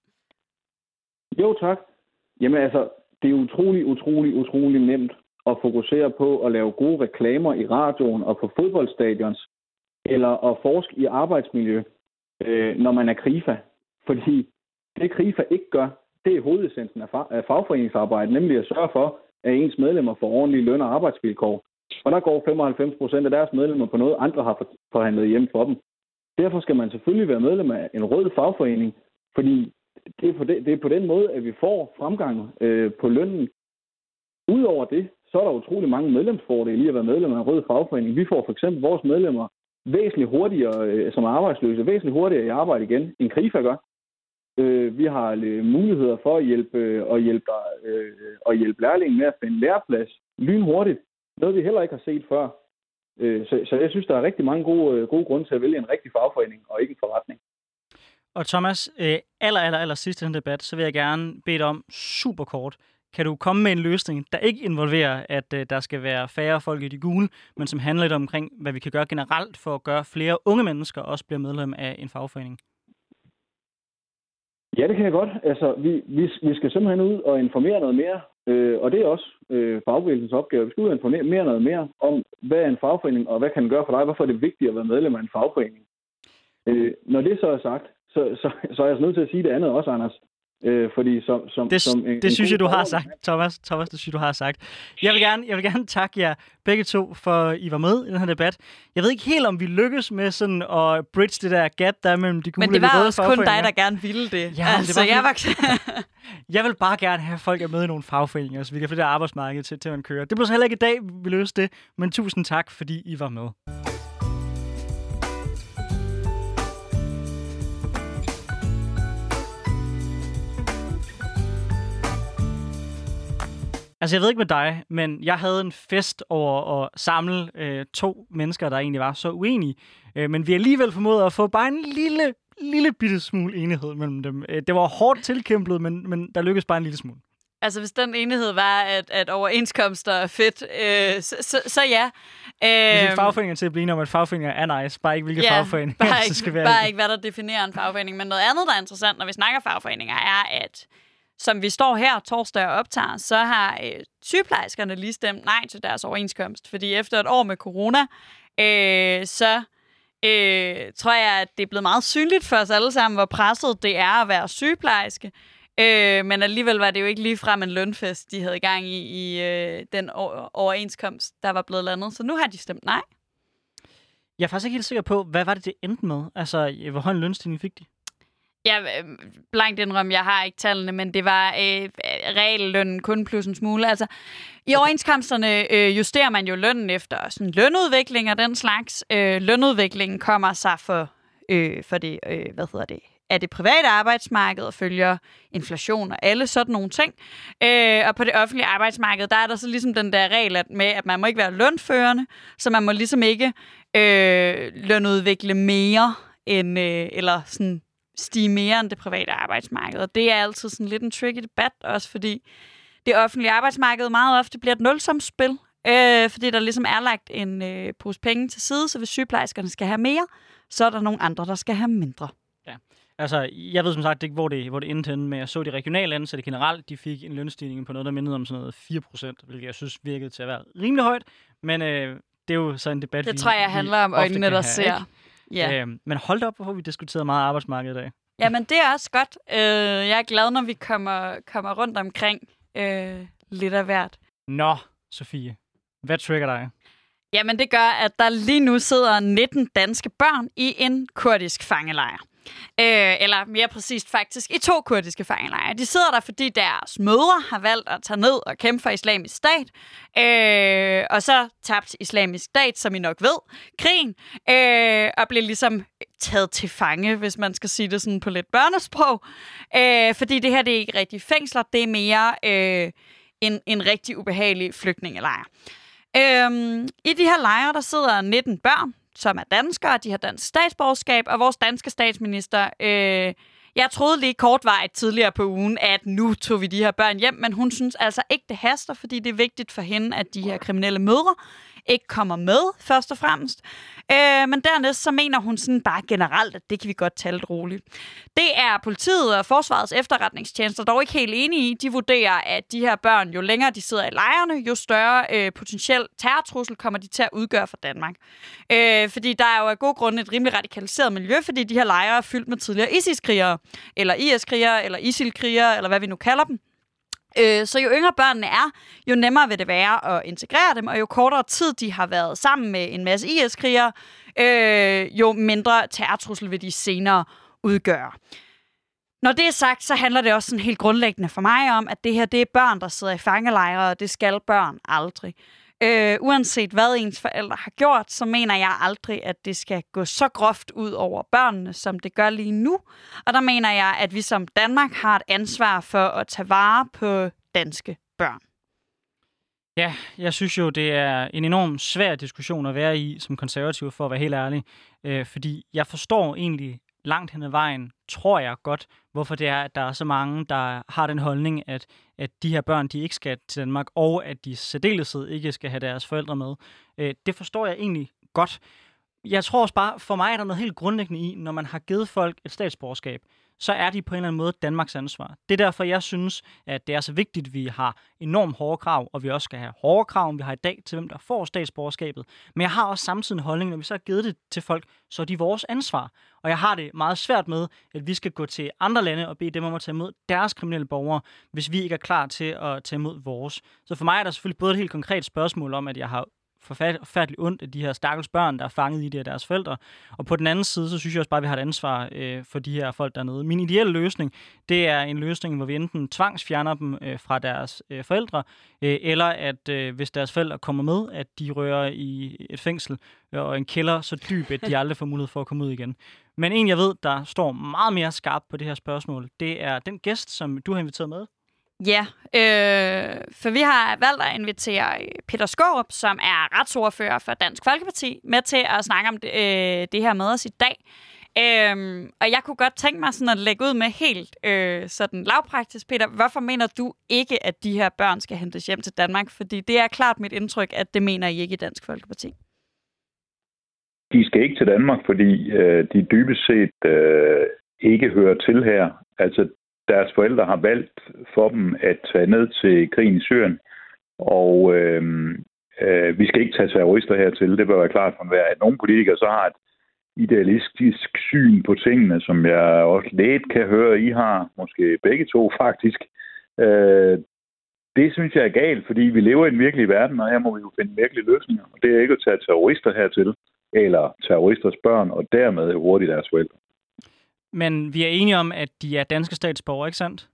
Jo, tak. Jamen altså, det er utrolig, utrolig, utrolig nemt at fokusere på at lave gode reklamer i radioen og på fodboldstadions, eller at forske i arbejdsmiljø, øh, når man er Krifa. Fordi det Krifa ikke gør, det er hovedessensen af, fa- af fagforeningsarbejde, nemlig at sørge for, at ens medlemmer får ordentlige løn- og arbejdsvilkår. Og der går femoghalvfems procent af deres medlemmer på noget, andre har forhandlet hjem for dem. Derfor skal man selvfølgelig være medlem af en rød fagforening, fordi det er på, det, det er på den måde, at vi får fremgang øh, på lønnen. Udover det, så er der utrolig mange medlemsfordele i at være medlem af en rød fagforening. Vi får for eksempel vores medlemmer væsentligt hurtigere, øh, som er arbejdsløse, væsentligt hurtigere i arbejde igen, end Krifa gør. Øh, vi har øh, muligheder for at hjælpe, øh, at hjælpe, øh, at hjælpe lærlingen med at finde læreplads lynhurtigt. Noget, vi heller ikke har set før. Øh, så, så jeg synes, der er rigtig mange gode, øh, gode grunde til at vælge en rigtig fagforening og ikke en forretning. Og Thomas, øh, aller, aller, aller sidst i den debat, så vil jeg gerne bede dig om super kort. Kan du komme med en løsning, der ikke involverer, at øh, der skal være færre folk i de gule, men som handler lidt omkring, hvad vi kan gøre generelt for at gøre flere unge mennesker også bliver medlem af en fagforening? Ja, det kan jeg godt. Altså, vi, vi, vi skal simpelthen ud og informere noget mere, øh, og det er også øh, fagbevægelsens opgave. Vi skal ud og informere mere noget mere om, hvad er en fagforening, og hvad kan den gøre for dig? Hvorfor er det vigtigt at være medlem af en fagforening? Øh, når det så er sagt, så, så, så er jeg nødt til at sige det andet også, Anders. Øh, fordi som, som, det som en, det en synes jeg, du har fagforening- sagt, Thomas. Thomas, det synes jeg, du har sagt. Jeg vil, gerne, jeg vil gerne takke jer begge to, for I var med i den her debat. Jeg ved ikke helt, om vi lykkes med sådan at bridge det der gap, der er mellem de gule Men det og de var røde også kun fagforeninger. dig, der gerne ville det. Ja, altså, det var jeg var... Jeg vil bare gerne have, at folk er med i nogle fagforeninger, så vi kan få det der arbejdsmarked til, til at man kører. Det blev så heller ikke i dag, vi løste det, men tusind tak, fordi I var med. Altså, jeg ved ikke med dig, men jeg havde en fest over at samle øh, to mennesker, der egentlig var så uenige. Øh, men vi har alligevel formået at få bare en lille, lille bitte smule enighed mellem dem. Øh, det var hårdt tilkæmpet, men, men der lykkedes bare en lille smule. Altså, hvis den enighed var, at, at overenskomster er fedt, øh, så, så, så ja. Vi fik Øh, fagforeninger til at blive enige om, at fagforeninger er nice, bare ikke hvilke ja, fagforeninger bare det ikke, skal være. bare ikke, hvad der definerer en fagforening. Men noget andet, der er interessant, når vi snakker fagforeninger, er, at som vi står her torsdag og optager, så har øh, sygeplejerskerne lige stemt nej til deres overenskomst. Fordi efter et år med corona, øh, så øh, tror jeg, at det er blevet meget synligt for os alle sammen, hvor presset det er at være sygeplejerske. Øh, men alligevel var det jo ikke ligefrem en lønfest, de havde i gang i, i øh, den overenskomst, der var blevet landet. Så nu har de stemt nej. Jeg er faktisk ikke helt sikker på, hvad var det, det endte med? Altså, hvor høj en lønstigning fik de? Jeg blankt indrømme, jeg har ikke tallene, men det var øh, regellønnen kun plus en smule. Altså, i overenskomsterne øh, justerer man jo lønnen efter sådan lønudvikling og den slags. Øh, lønudviklingen kommer sig for, øh, for det, øh, hvad hedder det, af det private arbejdsmarked og følger inflation og alle sådan nogle ting. Øh, og på det offentlige arbejdsmarked, der er der så ligesom den der regel med, at man må ikke være lønførende, så man må ligesom ikke øh, lønudvikle mere end, øh, eller sådan stige mere end det private arbejdsmarked. Og det er altid sådan lidt en tricky debat, også fordi det offentlige arbejdsmarked meget ofte bliver et nulsumsspil, øh, fordi der ligesom er lagt en øh, pose penge til side, så hvis sygeplejerskerne skal have mere, så er der nogle andre, der skal have mindre. Ja. Altså, jeg ved som sagt ikke, hvor det, hvor det endte henne, men jeg så de regionale ansatte generelt, de fik en lønstigning på noget, der mindede om sådan noget fire procent, hvilket jeg synes virkede til at være rimelig højt, men øh, det er jo så en debat, det vi Det tror jeg handler om øjnene, der have, ser. Ja. Øh, men hold da op, hvorfor vi diskuterede meget arbejdsmarked i dag. Jamen, det er også godt. Øh, jeg er glad, når vi kommer, kommer rundt omkring øh, lidt af hvert. Nå, Sofie. Hvad trigger dig? Jamen, det gør, at der lige nu sidder nitten danske børn i en kurdisk fangelejr. Øh, eller mere præcist faktisk i to kurdiske fangelejre. De sidder der, fordi deres mødre har valgt at tage ned og kæmpe for Islamisk Stat. Øh, og så tabte Islamisk Stat, som I nok ved, krigen. Øh, og blev ligesom taget til fange, hvis man skal sige det sådan på lidt børnesprog. Øh, fordi det her, det er ikke rigtig fængsler, det er mere øh, en, en rigtig ubehagelig flygtningelejr. Øh, I de her lejre, der sidder nitten børn, som er danskere, de har dansk statsborgerskab, og vores danske statsminister, øh, jeg troede lige kortvarigt tidligere på ugen, at nu tog vi de her børn hjem, men hun synes altså ikke, det haster, fordi det er vigtigt for hende, at de her kriminelle mødre ikke kommer med, først og fremmest. Øh, men dernæst så mener hun sådan bare generelt, at det kan vi godt tale roligt. Det er politiet og Forsvarets efterretningstjenester dog ikke helt enige i. De vurderer, at de her børn, jo længere de sidder i lejrene, jo større øh, potentiel terrortrussel kommer de til at udgøre for Danmark. Øh, fordi der er jo af gode grunde et rimelig radikaliseret miljø, fordi de her lejre er fyldt med tidligere ISIS-krigere, eller I S-krigere, eller ISIL-krigere, eller hvad vi nu kalder dem. Så jo yngre børnene er, jo nemmere vil det være at integrere dem, og jo kortere tid de har været sammen med en masse I S-krigere, øh, jo mindre terrortrussel vil de senere udgøre. Når det er sagt, så handler det også sådan helt grundlæggende for mig om, at det her det er børn, der sidder i fangelejre, og det skal børn aldrig. Øh, uanset hvad ens forældre har gjort, så mener jeg aldrig, at det skal gå så groft ud over børnene, som det gør lige nu. Og der mener jeg, at vi som Danmark har et ansvar for at tage vare på danske børn. Ja, jeg synes jo, det er en enorm svær diskussion at være i som konservativ, for at være helt ærlig. Øh, fordi jeg forstår egentlig langt hen ad vejen, tror jeg godt, hvorfor det er, at der er så mange, der har den holdning, at, at de her børn, de ikke skal til Danmark, og at de særdeleshed ikke skal have deres forældre med. Øh, det forstår jeg egentlig godt. Jeg tror også bare, for mig er der noget helt grundlæggende i, når man har givet folk et statsborgerskab, så er de på en eller anden måde Danmarks ansvar. Det er derfor, jeg synes, at det er så vigtigt, at vi har enormt hårde krav, og vi også skal have hårde krav, end vi har i dag, til hvem der får statsborgerskabet. Men jeg har også samtidig en holdning, når vi så har givet det til folk, så er de vores ansvar. Og jeg har det meget svært med, at vi skal gå til andre lande og bede dem om at tage imod deres kriminelle borgere, hvis vi ikke er klar til at tage imod vores. Så for mig er der selvfølgelig både et helt konkret spørgsmål om, at jeg har forfærdeligt ondt af de her stakkels børn, der er fanget i det af deres forældre. Og på den anden side, så synes jeg også bare, at vi har et ansvar øh, for de her folk dernede. Min ideelle løsning, det er en løsning, hvor vi enten tvangsfjerner dem øh, fra deres øh, forældre, øh, eller at øh, hvis deres forældre kommer med, at de rører i et fængsel og en kælder så dyb, at de aldrig får mulighed for at komme ud igen. Men en, jeg ved, der står meget mere skarpt på det her spørgsmål, det er den gæst, som du har inviteret med. Ja, øh, for vi har valgt at invitere Peter Skaarup, som er retsordfører for Dansk Folkeparti, med til at snakke om det, øh, det her med os i dag. Øh, og jeg kunne godt tænke mig sådan at lægge ud med helt øh, sådan lavpraktisk, Peter. Hvorfor mener du ikke, at de her børn skal hentes hjem til Danmark? Fordi det er klart mit indtryk, at det mener I ikke i Dansk Folkeparti. De skal ikke til Danmark, fordi øh, de dybest set øh, ikke hører til her. Altså, deres forældre har valgt for dem at tage ned til krigen i Syrien, og øh, øh, vi skal ikke tage terrorister hertil. Det bør være klart for enhver, at nogle politikere så har et idealistisk syn på tingene, som jeg også lidt kan høre, I har, måske begge to faktisk. Øh, det synes jeg er galt, fordi vi lever i den virkelige verden, og her må vi jo finde virkelige løsninger. Og det er ikke at tage terrorister hertil. eller terroristers børn, og dermed hurtigt deres forældre. Men vi er enige om, at de er danske statsborgere, ikke sandt?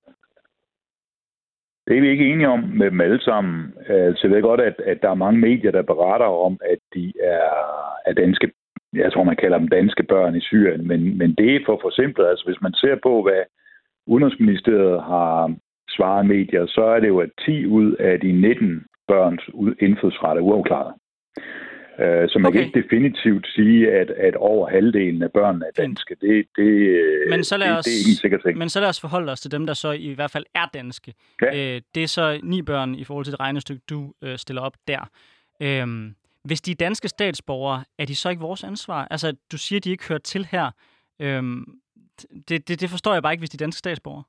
Det er vi ikke enige om med dem alle sammen. Altså, jeg ved godt, at, at der er mange medier, der beretter om, at de er, er danske, jeg tror, man kalder dem danske børn i Syrien, men, men det er for forsimplet. Altså, hvis man ser på, hvad Udenrigsministeriet har svaret medier, så er det jo, at ti ud af de nitten børns indfødsret er uafklaret. Uh, så man okay. kan ikke definitivt sige, at, at over halvdelen af børnene er danske. Det, det, men så lad os, det, det er ikke en sikker ting. Men så lad os forholde os til dem, der så i hvert fald er danske. Ja. Uh, det er så ni børn i forhold til det regnestykke, du uh, stiller op der. Uh, hvis de er danske statsborgere, er de så ikke vores ansvar? Altså, du siger, at de ikke hører til her. Uh, det, det, det forstår jeg bare ikke, hvis de er danske statsborgere.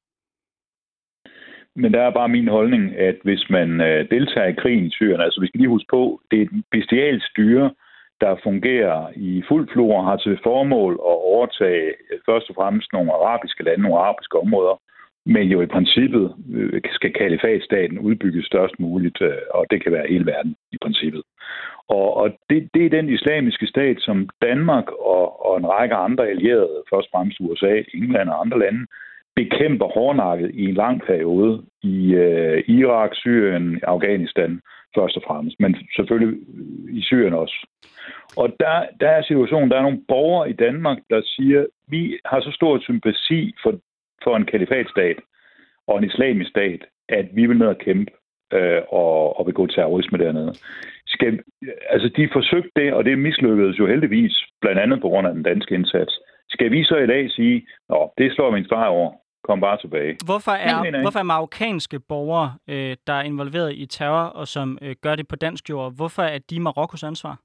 Men der er bare min holdning, at hvis man øh, deltager i krigen i Syrien, altså vi skal lige huske på, det er et bestialt styre, der fungerer i fuld flor, har til formål at overtage først og fremmest nogle arabiske lande, nogle arabiske områder, men jo i princippet øh, skal kalifatstaten udbygges størst muligt, øh, og det kan være hele verden i princippet. Og, og det, det er den islamiske stat, som Danmark og, og en række andre allierede, først og fremmest U S A, England og andre lande, bekæmper hårdnakket i en lang periode i øh, Irak, Syrien, Afghanistan først og fremmest, men selvfølgelig i Syrien også. Og der, der er situationen, der er nogle borgere i Danmark, der siger, vi har så stor sympati for, for en kalifatstat og en islamisk stat, at vi vil ned og kæmpe øh, og, og begå terrorisme dernede. Skal, altså, de forsøgte det, og det mislykkedes jo heldigvis, blandt andet på grund af den danske indsats. Skal vi så i dag sige, nå, det slår vi en streg over, kom bare tilbage. Hvorfor er, hvorfor er marokkanske borgere, øh, der er involveret i terror, og som øh, gør det på dansk jord, hvorfor er de Marokkos ansvar?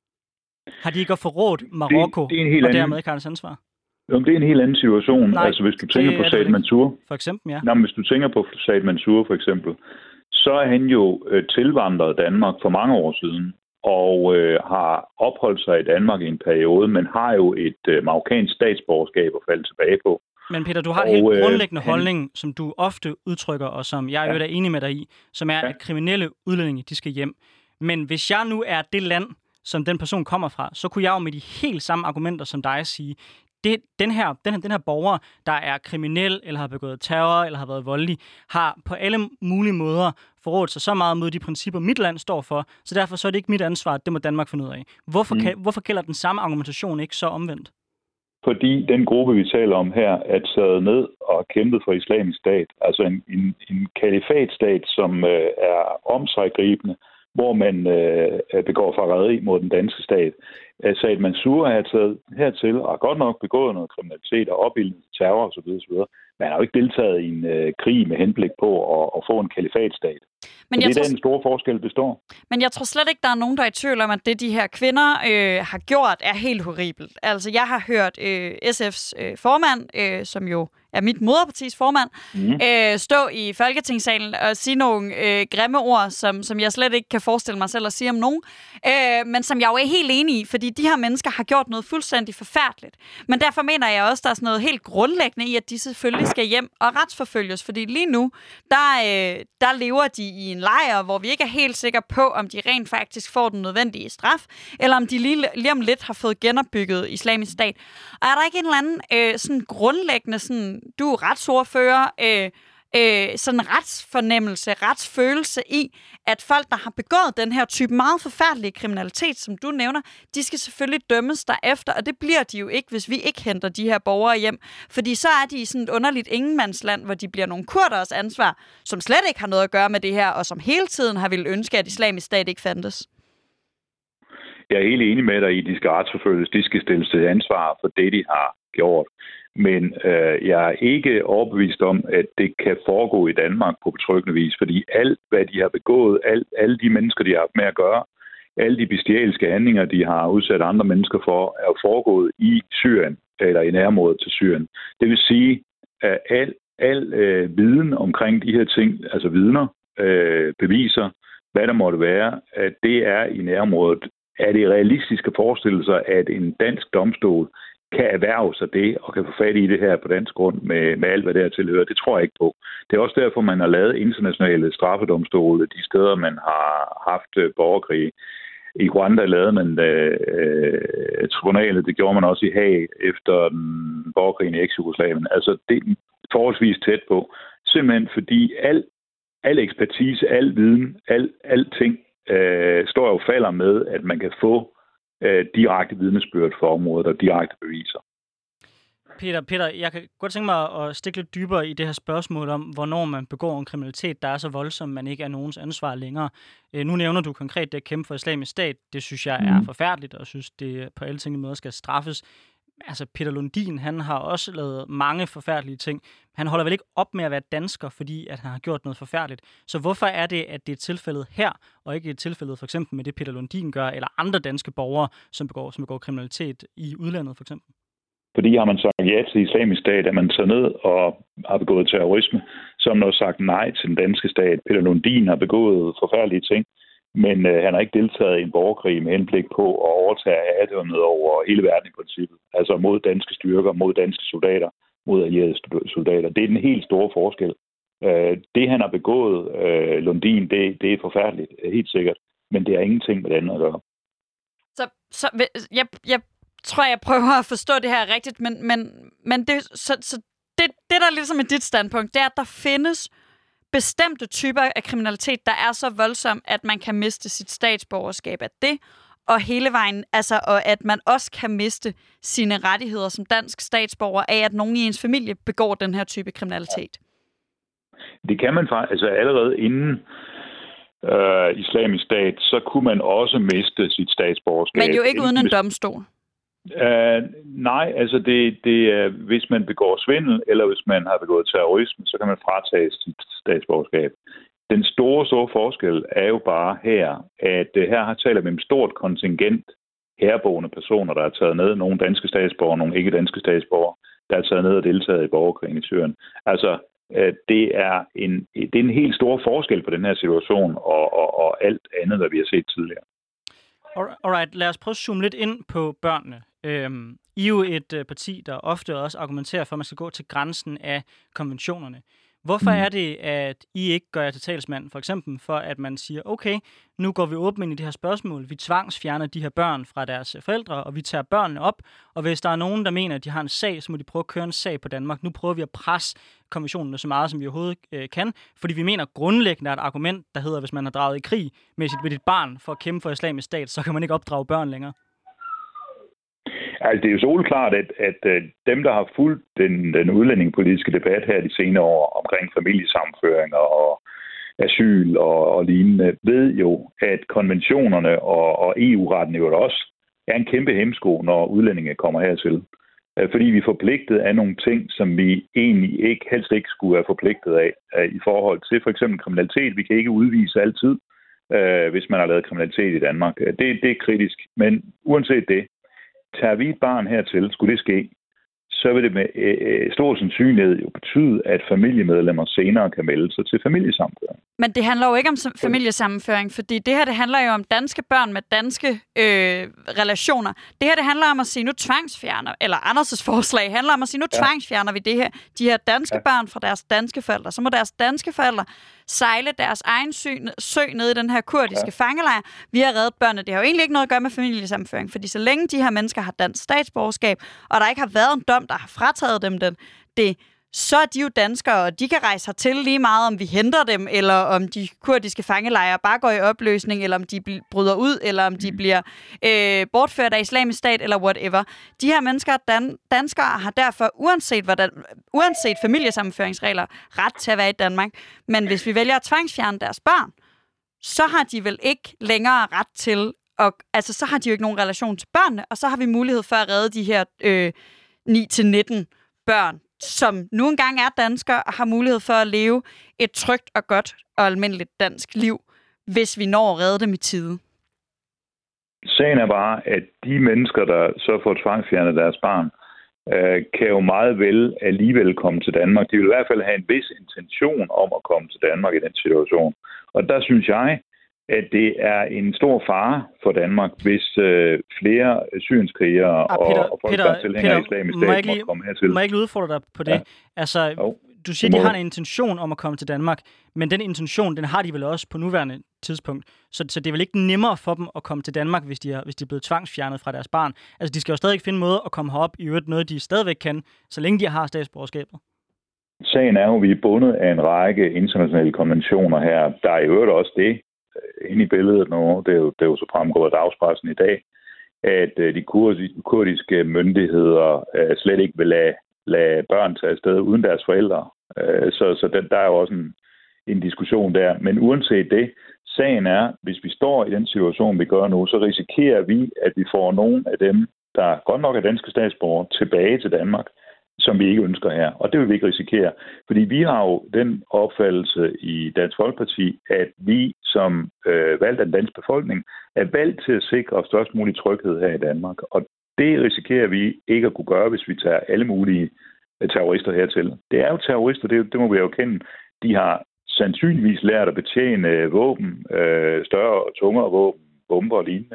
Har de ikke forrådt Marokko, det, det og dermed ikke har deres ansvar? Jamen, det er en helt anden situation. Nej, altså, hvis du tænker på Said Mansour, for eksempel, ja. Nej, hvis du tænker på Said Mansour, for eksempel, så er han jo øh, tilvandret Danmark for mange år siden, og øh, har opholdt sig i Danmark i en periode, men har jo et øh, marokkansk statsborgerskab at falde tilbage på. Men Peter, du har og, en helt grundlæggende øh, holdning, han... som du ofte udtrykker, og som jeg ja. er enig med dig i, som er, ja. at kriminelle udlændinge, de skal hjem. Men hvis jeg nu er det land, som den person kommer fra, så kunne jeg jo med de helt samme argumenter som dig sige, det, den, her, den, her, den her borger, der er kriminel, eller har begået terror, eller har været voldelig, har på alle mulige måder forrådt sig så meget mod de principper, mit land står for, så derfor så er det ikke mit ansvar, det må Danmark finde ud af. Hvorfor, mm. kan, hvorfor gælder den samme argumentation ikke så omvendt? Fordi den gruppe, vi taler om her, er taget ned og har kæmpet for islamisk stat, altså en, en, en kalifatstat, som øh, er omsiggribende, hvor man øh, begår forræderi mod den danske stat. Said Mansour har taget hertil og har godt nok begået noget kriminalitet og opildnet terror osv. osv. Men han har jo ikke deltaget i en øh, krig med henblik på at, at få en kalifatstat. Men det er tror, den store forskel består. Men jeg tror slet ikke, der er nogen, der er i tvivl om, at det, de her kvinder øh, har gjort, er helt horribelt. Altså, jeg har hørt øh, S F's øh, formand, øh, som jo er mit moderpartis formand, mm. øh, stå i Folketingssalen og sige nogle øh, grimme ord, som, som jeg slet ikke kan forestille mig selv at sige om nogen, øh, men som jeg jo er helt enig i, fordi de her mennesker har gjort noget fuldstændig forfærdeligt. Men derfor mener jeg også, der er sådan noget helt grundlæggende i, at de selvfølgelig skal hjem og retsforfølges, fordi lige nu, der, øh, der lever de i en lejr, hvor vi ikke er helt sikre på, om de rent faktisk får den nødvendige straf, eller om de lige, lige om lidt har fået genopbygget islamisk stat. Og er der ikke en eller anden øh, sådan grundlæggende, sådan, du er retsordfører, øh, øh, sådan retsfornemmelse, retsfølelse i, at folk, der har begået den her type meget forfærdelige kriminalitet, som du nævner, de skal selvfølgelig dømmes derefter, og det bliver de jo ikke, hvis vi ikke henter de her borgere hjem. Fordi så er de i sådan et underligt ingenmandsland, hvor de bliver nogle kurders ansvar, som slet ikke har noget at gøre med det her, og som hele tiden har ville ønske, at islamisk stat ikke fandtes. Jeg er helt enig med dig i, at de skal retsforfølges, de skal stilles til ansvar for det, de har gjort. Men øh, jeg er ikke overbevist om, at det kan foregå i Danmark på betryggende vis, fordi alt, hvad de har begået, alt, alle de mennesker, de har haft med at gøre, alle de bestialske handlinger, de har udsat andre mennesker for, er foregået i Syrien, eller i nærområdet til Syrien. Det vil sige, at al, al øh, viden omkring de her ting, altså vidner, øh, beviser, hvad der måtte være, at det er i nærområdet. Er det realistisk at forestille sig, at en dansk domstol kan erhverve sig det, og kan få fat i det her på dansk grund med, med alt, hvad der tilhører. Det tror jeg ikke på. Det er også derfor, man har lavet internationale straffedomstole, de steder, man har haft borgerkrige. I Rwanda lavede man øh, tribunalet, det gjorde man også i Haag efter den borgerkrigen i eks-Jugoslavien. Altså, det er forholdsvis tæt på. Simpelthen fordi al, al ekspertise, al viden, al, alting øh, står jo falder med, at man kan få øh, direkte vidnesbyrd for området og direkte beviser. Peter, Peter, jeg kan godt tænke mig at stikke lidt dybere i det her spørgsmål om, hvornår man begår en kriminalitet, der er så voldsom, man ikke er nogens ansvar længere. Øh, nu nævner du konkret det at kæmpe for Islamisk Stat. Det synes jeg er forfærdeligt, og synes, det på alle tænkelige måder skal straffes. Altså, Peter Lundin, han har også lavet mange forfærdelige ting. Han holder vel ikke op med at være dansker, fordi at han har gjort noget forfærdeligt. Så hvorfor er det, at det er tilfældet her, og ikke et tilfældet for eksempel med det, Peter Lundin gør, eller andre danske borgere, som begår, som begår kriminalitet i udlandet for eksempel? Fordi har man sagt ja til Islamisk Stat, at man tager ned og har begået terrorisme, så har man også sagt nej til den danske stat. Peter Lundin har begået forfærdelige ting, men øh, han har ikke deltaget i en borgerkrig med henblik på at overtage herredømmet over hele verden i princippet. Altså mod danske styrker, mod danske soldater, mod allierede soldater. Det er den helt store forskel. Øh, det, han har begået, øh, Lundin, det, det er forfærdeligt, helt sikkert. Men det har ingenting med det andet at gøre. Så, så jeg, jeg tror, jeg prøver at forstå det her rigtigt, men, men, men det, så, så det, det, der ligesom er dit standpunkt, det er, at der findes bestemte typer af kriminalitet, der er så voldsom, at man kan miste sit statsborgerskab af det, og hele vejen, altså, og at man også kan miste sine rettigheder som dansk statsborger af, at nogen i ens familie begår den her type kriminalitet. Det kan man faktisk, altså allerede inden øh, Islamisk Stat, så kunne man også miste sit statsborgerskab. Men jo ikke uden en domstol. Uh, nej, altså det, det er, hvis man begår svindel, eller hvis man har begået terrorisme, så kan man fratage sit statsborgerskab. Den store, store forskel er jo bare her, at uh, her har taler vi om et stort kontingent herboende personer, der er taget ned, nogle danske statsborgere, nogle ikke danske statsborgere, der er taget ned og deltaget i borgerkrigen i Syrien. Altså, uh, det er en, det er en helt stor forskel på den her situation og, og, og alt andet, hvad vi har set tidligere. Alright, lad os prøve at zoome lidt ind på børnene. Øhm, I er jo et øh, parti, der ofte også argumenterer for, at man skal gå til grænsen af konventionerne. Hvorfor er det, at I ikke gør jer til talsmand, for eksempel for, at man siger, okay, nu går vi åbent ind i det her spørgsmål, vi tvangsfjerner de her børn fra deres forældre, og vi tager børnene op, og hvis der er nogen, der mener, at de har en sag, så må de prøve at køre en sag på Danmark. Nu prøver vi at presse konventionerne så meget, som vi overhovedet øh, kan, fordi vi mener grundlæggende er et argument, der hedder, hvis man har draget i krig med sit, med dit barn for at kæmpe for Islamisk Stat, så kan man ikke opdrage børn længere. Altså, det er jo soleklart, at, at, at dem, der har fulgt den, den udlændingepolitiske debat her de senere år omkring familiesammenføringer og asyl og, og lignende, ved jo, at konventionerne og, og E U-retten jo også er en kæmpe hemsko, når udlændinge kommer hertil. Fordi vi er forpligtet af nogle ting, som vi egentlig ikke, helst ikke skulle være forpligtet af, af i forhold til for eksempel kriminalitet. Vi kan ikke udvise altid, øh, hvis man har lavet kriminalitet i Danmark. Det, det er kritisk. Men uanset det, tager vi et barn hertil, skulle det ske, så vil det med øh, stor sandsynlighed jo betyde, at familiemedlemmer senere kan melde sig til familiesammenføring. Men det handler jo ikke om familiesammenføring, fordi det her det handler jo om danske børn med danske øh, relationer. Det her det handler om at sige, nu tvangsfjerner, eller Anders' forslag handler om at sige, nu ja. tvangsfjerner vi det her, de her danske ja. børn fra deres danske forældre. Så må deres danske forældre sejle deres egen sø, sø ned i den her kurdiske ja. fangelejr. Vi har reddet børnene. Det har jo egentlig ikke noget at gøre med familiesammenføring, fordi så længe de her mennesker har dansk statsborgerskab, og der ikke har været en dom, der har frataget dem den, det, så er de jo danskere, og de kan rejse hertil lige meget, om vi henter dem, eller om de kurdiske fangelejre bare går i opløsning, eller om de bryder ud, eller om de bliver øh, bortført af Islamisk Stat, eller whatever. De her mennesker, dan- danskere, har derfor, uanset, hvordan, uanset familiesammenføringsregler, ret til at være i Danmark. Men hvis vi vælger at tvangsfjerne deres børn, så har de vel ikke længere ret til, og, altså så har de jo ikke nogen relation til børnene, og så har vi mulighed for at redde de her øh, ni til nitten børn, som nu engang er danskere og har mulighed for at leve et trygt og godt og almindeligt dansk liv, hvis vi når at redde dem i tide. Sagen er bare, at de mennesker, der så får tvangsfjernet deres barn, øh, kan jo meget vel alligevel komme til Danmark. De vil i hvert fald have en vis intention om at komme til Danmark i den situation. Og der synes jeg, at det er en stor fare for Danmark, hvis øh, flere syrienskrigere ah, Peter, og, og folk, Peter, der er tilhængere af Islamisk Stat, må komme hertil. Må jeg ikke udfordre dig på det? Ja. Altså, jo. du siger, at de har en intention om at komme til Danmark, men den intention, den har de vel også på nuværende tidspunkt. Så, så det er vel ikke nemmere for dem at komme til Danmark, hvis de er, hvis de er blevet tvangsfjernet fra deres barn. Altså, de skal jo stadig finde en måde at komme herop, i øvrigt noget, de stadigvæk kan, så længe de har statsborgerskabet. Sagen er jo, at vi er bundet af en række internationale konventioner her. Der er i øvrigt også det inde i billedet nu, det er jo, det er jo så fremgået af dagspressen i dag, at de kurdiske myndigheder slet ikke vil lade, lade børn tage afsted uden deres forældre. Så, så der er jo også en, en diskussion der. Men uanset det, sagen er, hvis vi står i den situation, vi gør nu, så risikerer vi, at vi får nogle af dem, der godt nok er danske statsborgere, tilbage til Danmark, som vi ikke ønsker her. Og det vil vi ikke risikere. Fordi vi har jo den opfattelse i Dansk Folkeparti, at vi som øh, valgt af den danske befolkning er valgt til at sikre størst mulig tryghed her i Danmark. Og det risikerer vi ikke at kunne gøre, hvis vi tager alle mulige terrorister hertil. Det er jo terrorister, det, det må vi jo kende. De har sandsynligvis lært at betjene våben, øh, større og tungere våben, bomber og lignende.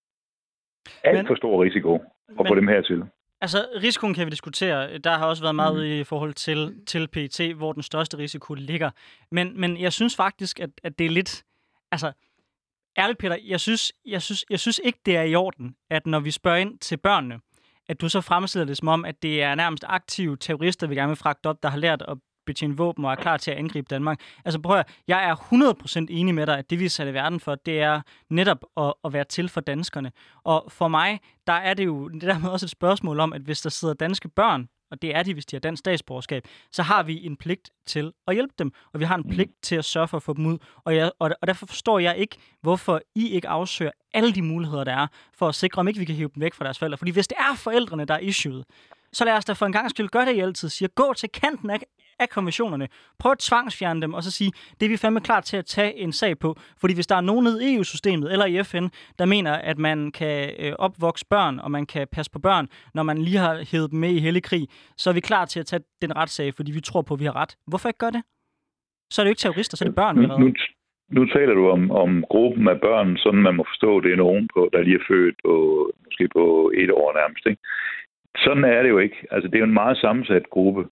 Alt men, for stor risiko at få dem hertil. Altså, risikoen kan vi diskutere. Der har også været meget mm. i forhold til, til P E T, hvor den største risiko ligger. Men, men jeg synes faktisk, at, at det er lidt... Altså, ærligt Peter, jeg synes, jeg, synes, jeg synes ikke, det er i orden, at når vi spørger ind til børnene, at du så fremstiller det som om, at det er nærmest aktive terrorister, vi gerne vil fragte op, der har lært at betjene våben og er klar til at angribe Danmark. Altså prøv at høre, jeg er hundrede procent enig med dig, at det vi er sat i verden for, det er netop at, at være til for danskerne. Og for mig, der er det jo det der med også et spørgsmål om, at hvis der sidder danske børn, og det er de, hvis de har dansk statsborgerskab, så har vi en pligt til at hjælpe dem, og vi har en pligt til at sørge for at få dem ud. Og, jeg, og, og derfor forstår jeg ikke, hvorfor I ikke afsøger alle de muligheder, der er, for at sikre, om ikke vi kan hive dem væk fra deres forældre. Fordi hvis det er forældrene, der er issuet, så lad os da for en gang skyld gøre det, I altid siger. Gå til kanten af, af konventionerne. Prøv at tvangsfjerne dem, og så sige, det er vi fandme klar til at tage en sag på. Fordi hvis der er nogen nede i E U-systemet eller i F N, der mener, at man kan øh, opvokse børn, og man kan passe på børn, når man lige har hævet dem med i hellig krig, så er vi klar til at tage den retssag, fordi vi tror på, at vi har ret. Hvorfor ikke gøre det? Så er det jo ikke terrorister, så er det børn, vi nu, nu, nu taler du om, om gruppen af børn, sådan man må forstå, det er nogen, på, der lige er født på, måske på et år nærmest, ikke? Sådan er det jo ikke. Altså, det er jo en meget sammensat gruppe.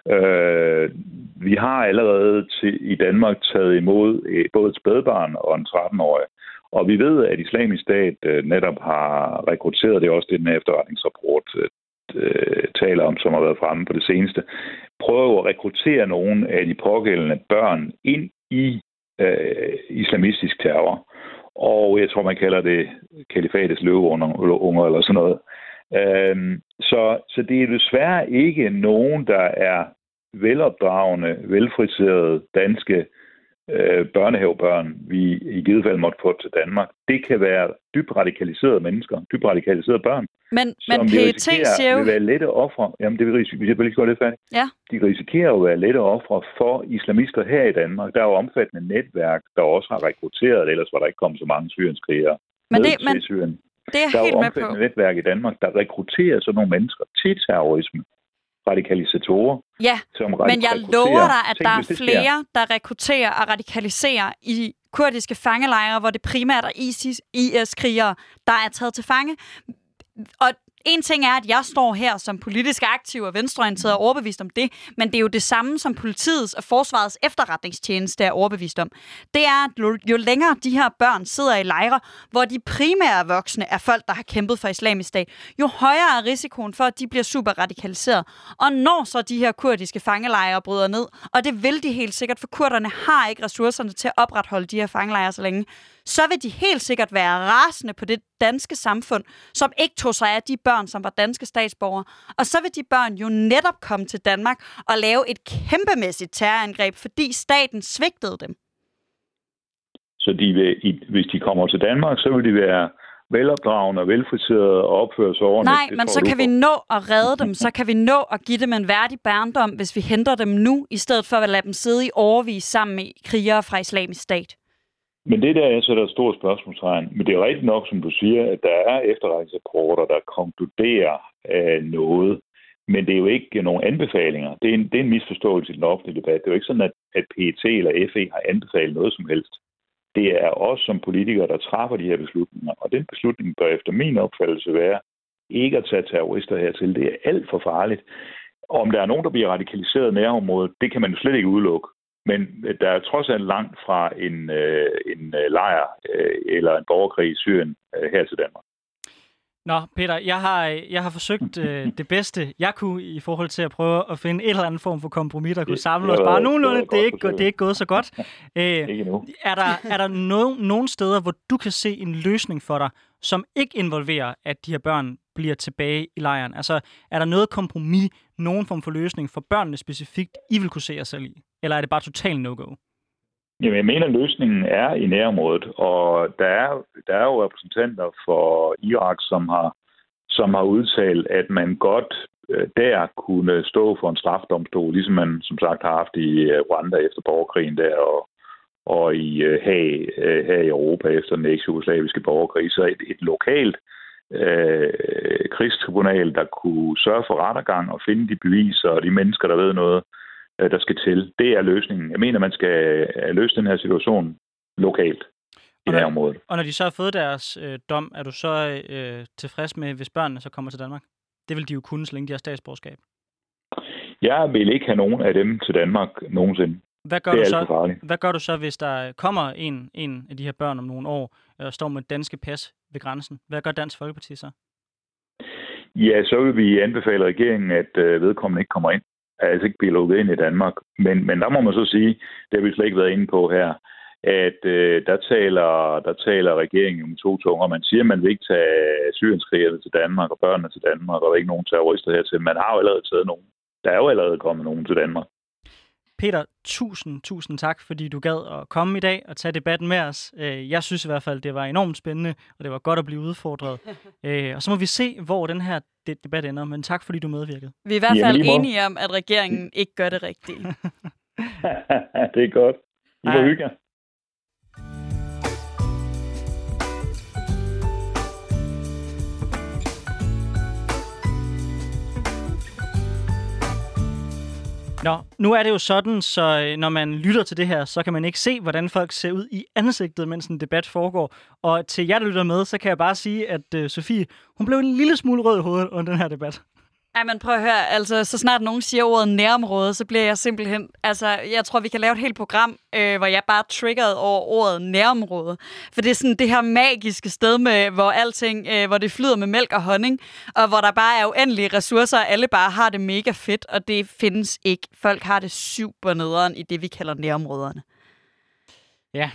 Øh, vi har allerede til, i Danmark taget imod et, både et spædbarn og en tretten-årig. Og vi ved, at Islamisk Stat øh, netop har rekrutteret, det er også det, den efterretningsrapport øh, taler om, som har været fremme på det seneste, prøver at rekruttere nogle af de pågældende børn ind i øh, islamistisk terror. Og jeg tror, man kalder det kalifatets løveunger eller sådan noget. Øhm, så, så det er desværre ikke nogen, der er velopdragende, velfriserede danske øh, børnehavebørn, vi i givet fald måtte få til Danmark. Det kan være dybt radikaliserede mennesker, dybt radikaliserede børn, men, som men vi risikerer jo... vil være lette ofre. Jamen, det vil risikerer, jeg vil lige godt det færdigt. Ja. De risikerer jo at være lette ofre for islamister her i Danmark. Der er jo omfattende netværk, der også har rekrutteret, ellers var der ikke kommet så mange syrienskrigere men det, til men... Syrien. Det er der er helt jo med på. omfattende netværk i Danmark, der rekrutterer sådan nogle mennesker til terrorisme. Radikalisatorer. Ja, som men jeg lover dig, at der er flere, der rekrutterer og radikaliserer i kurdiske fangelejre, hvor det primært er ISIS, I S-krigere, der er taget til fange. Og en ting er, at jeg står her som politisk aktiv og venstreorienteret og overbevist om det, men det er jo det samme, som politiets og forsvarets efterretningstjeneste er overbevist om. Det er, at jo længere de her børn sidder i lejre, hvor de primære voksne er folk, der har kæmpet for Islamisk Stat, jo højere er risikoen for, at de bliver super radikaliseret. Og når så de her kurdiske fangelejre bryder ned, og det vil de helt sikkert, for kurderne har ikke ressourcerne til at opretholde de her fangelejre så længe, så vil de helt sikkert være rasende på det danske samfund, som ikke tog sig af de børn, som var danske statsborgere. Og så vil de børn jo netop komme til Danmark og lave et kæmpemæssigt terrorangreb, fordi staten svigtede dem. Så de vil, hvis de kommer til Danmark, så vil de være velopdragende og velfriserede og opføre sig ordentligt. Nej, men så kan vi nå at redde dem, så kan vi nå at give dem en værdig barndom, hvis vi henter dem nu, i stedet for at lade dem sidde i årevis sammen med krigere fra Islamisk Stat. Men det der er så der et stort spørgsmålstegn. Men det er rigtigt nok, som du siger, at der er efterretningsrapporter, der konkluderer øh, noget. Men det er jo ikke nogen anbefalinger. Det er en, det er en misforståelse i den offentlige debat. Det er jo ikke sådan, at, at P E T eller F E har anbefalet noget som helst. Det er os som politikere, der træffer de her beslutninger. Og den beslutning bør efter min opfattelse være ikke at tage terrorister hertil. Det er alt for farligt. Om der er nogen, der bliver radikaliseret i nærområdet, det kan man jo slet ikke udelukke. Men der er trods alt langt fra en, øh, en lejr øh, eller en borgerkrig i Syrien øh, her til Danmark. Nå, Peter, jeg har, jeg har forsøgt øh, det bedste, jeg kunne i forhold til at prøve at finde en eller anden form for kompromis, der kunne samle os. Bare nogenlunde, det, det, er ikke, det er ikke gået så godt. Øh, ikke endnu. Er der, er der no, nogle steder, hvor du kan se en løsning for dig, som ikke involverer, at de her børn bliver tilbage i lejren? Altså, er der noget kompromis, nogen form for løsning for børnene specifikt, I vil kunne se jer selv i? Eller er det bare totalt no-go? Jamen, jeg mener, at løsningen er i nærområdet, og der er, der er jo repræsentanter for Irak, som har, som har udtalt, at man godt øh, der kunne stå for en strafdomstol, ligesom man som sagt har haft i Rwanda efter borgerkrigen der, og, og i øh, Haag, øh, her i Europa efter den eks-jugoslaviske borgerkrig. Så et, et lokalt øh, krigstribunal, der kunne sørge for rettergang og finde de beviser og de mennesker, der ved noget, der skal til. Det er løsningen. Jeg mener, man skal løse den her situation lokalt i nærområdet. Og når de så har fået deres øh, dom, er du så øh, tilfreds med, hvis børnene så kommer til Danmark? Det vil de jo kunne, så længe de har statsborgerskab. Jeg vil ikke have nogen af dem til Danmark nogensinde. Hvad gør, det er du så, alt for farligt. Hvad gør du så, hvis der kommer en, en af de her børn om nogle år, og står med danske pas ved grænsen? Hvad gør Dansk Folkeparti så? Ja, så vil vi anbefale regeringen, at øh, vedkommende ikke kommer ind. Altså ikke blive lukket ind i Danmark. Men, men der må man så sige, det har vi slet ikke været inde på her, at øh, der, taler, der taler regeringen med to tunger. Man siger, at man vil ikke tage syrienskrigerne til Danmark og børnene til Danmark, og der er ikke nogen terrorister hertil. Man har jo allerede taget nogen. Der er jo allerede kommet nogen til Danmark. Peter, tusind, tusind tak, fordi du gad at komme i dag og tage debatten med os. Jeg synes i hvert fald, det var enormt spændende, og det var godt at blive udfordret. Og så må vi se, hvor den her debat ender, men tak, fordi du medvirkede. Vi er i hvert fald enige om, at regeringen ikke gør det rigtige. Det er godt. I må hygge. Nå, nu er det jo sådan, så når man lytter til det her, så kan man ikke se, hvordan folk ser ud i ansigtet, mens en debat foregår. Og til jer, der lytter med, så kan jeg bare sige, at uh, Sofie, hun blev en lille smule rød i hovedet under den her debat. Ej, men prøv at høre, altså, så snart nogen siger ordet nærområde, så bliver jeg simpelthen, altså, jeg tror, vi kan lave et helt program, øh, hvor jeg bare er triggeret over ordet nærområde. For det er sådan det her magiske sted, med, hvor alting, øh, hvor det flyder med mælk og honning, og hvor der bare er uendelige ressourcer, og alle bare har det mega fedt, og det findes ikke. Folk har det super nederen i det, vi kalder nærområderne. Ja.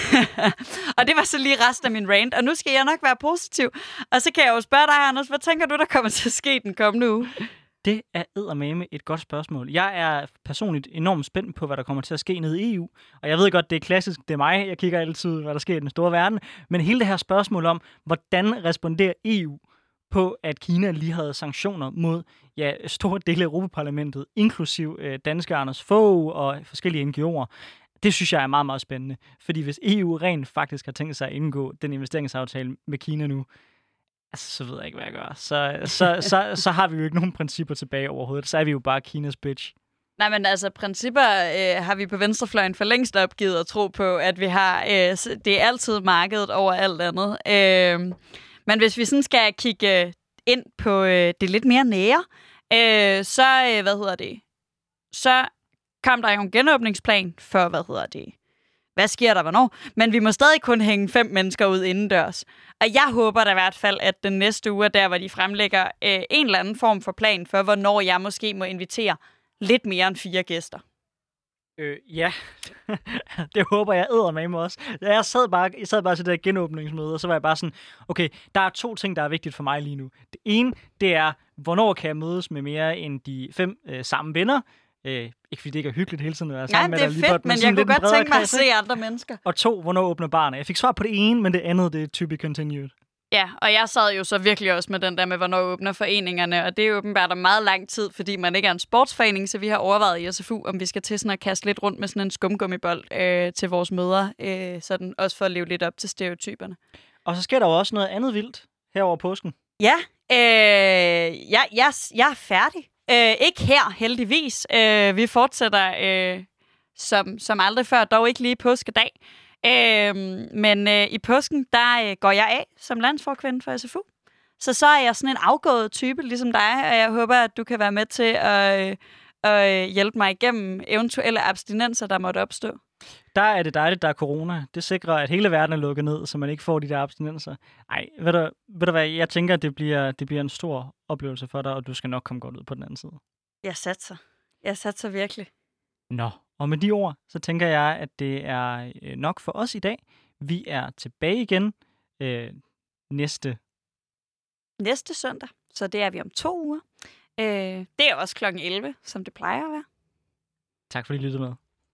Og det var så lige resten af min rant, og nu skal jeg nok være positiv. Og så kan jeg jo spørge dig, Anders, hvad tænker du, der kommer til at ske den kommende uge? Det er eddermame et godt spørgsmål. Jeg er personligt enormt spændt på, hvad der kommer til at ske nede i E U. Og jeg ved godt, det er klassisk, det er mig. Jeg kigger altid, hvad der sker i den store verden. Men hele det her spørgsmål om, hvordan responderer E U på, at Kina lige havde sanktioner mod ja, store dele af Europaparlamentet, inklusiv øh, danske Anders Fogh og forskellige N G O'er. Det synes jeg er meget, meget spændende. Fordi hvis E U rent faktisk har tænkt sig at indgå den investeringsaftale med Kina nu, altså, så ved jeg ikke, hvad jeg gør. Så, så, så, så har vi jo ikke nogen principper tilbage overhovedet. Så er vi jo bare Kinas bitch. Nej, men altså, principper øh, har vi på venstrefløjen for længst opgivet at tro på, at vi har, øh, det er altid markedet over alt andet. Øh, men hvis vi sådan skal kigge ind på øh, det lidt mere nære, øh, så, øh, hvad hedder det, så kom der jo en genåbningsplan for, hvad hedder det, hvad sker der hvornår, men vi må stadig kun hænge fem mennesker ud indendørs. Og jeg håber da i hvert fald, at den næste uge er der, hvor de fremlægger øh, en eller anden form for plan for, hvornår jeg måske må invitere lidt mere end fire gæster. Øh, ja, det håber jeg eddermame også. Jeg sad bare, jeg sad bare til det her genåbningsmøde, og så var jeg bare sådan, okay, der er to ting, der er vigtigt for mig lige nu. Det ene, det er, hvornår kan jeg mødes med mere end de fem øh, samme venner? Øh, ikke fordi det ikke er hyggeligt hele tiden at være sammen med dig. Nej, det er fedt, men jeg kunne godt tænke mig at se andre mennesker. Og to, hvornår åbner barnet? Jeg fik svar på det ene, men det andet, det er to be continued. Ja, og jeg sad jo så virkelig også med den der med, hvornår åbner foreningerne, og det er jo åbenbart om meget lang tid, fordi man ikke er en sportsforening, så vi har overvejet i S F U, om vi skal til sådan at kaste lidt rundt med sådan en skumgummibold øh, til vores møder, øh, sådan også for at leve lidt op til stereotyperne. Og så sker der jo også noget andet vildt her over påsken. Ja, øh, jeg, jeg, jeg er færdig. Øh, ikke her, heldigvis. Øh, vi fortsætter øh, som, som aldrig før, dog ikke lige påskedag. Øh, men øh, i påsken, der øh, går jeg af som landsforkvinde for S F U. Så så er jeg sådan en afgået type, ligesom dig, og jeg håber, at du kan være med til at, øh, at hjælpe mig igennem eventuelle abstinenser, der måtte opstå. Der er det dejligt, der er corona. Det sikrer, at hele verden er lukket ned, så man ikke får de der abstinenser. Ej, ved du, ved du hvad, jeg tænker, at det bliver, det bliver en stor oplevelse for dig, og du skal nok komme godt ud på den anden side. Jeg satser. Jeg satser virkelig. Nå, og med de ord, så tænker jeg, at det er nok for os i dag. Vi er tilbage igen øh, næste... Næste søndag, så det er vi om to uger. Øh, det er også klokken elleve, som det plejer at være. Tak fordi I lyttede med.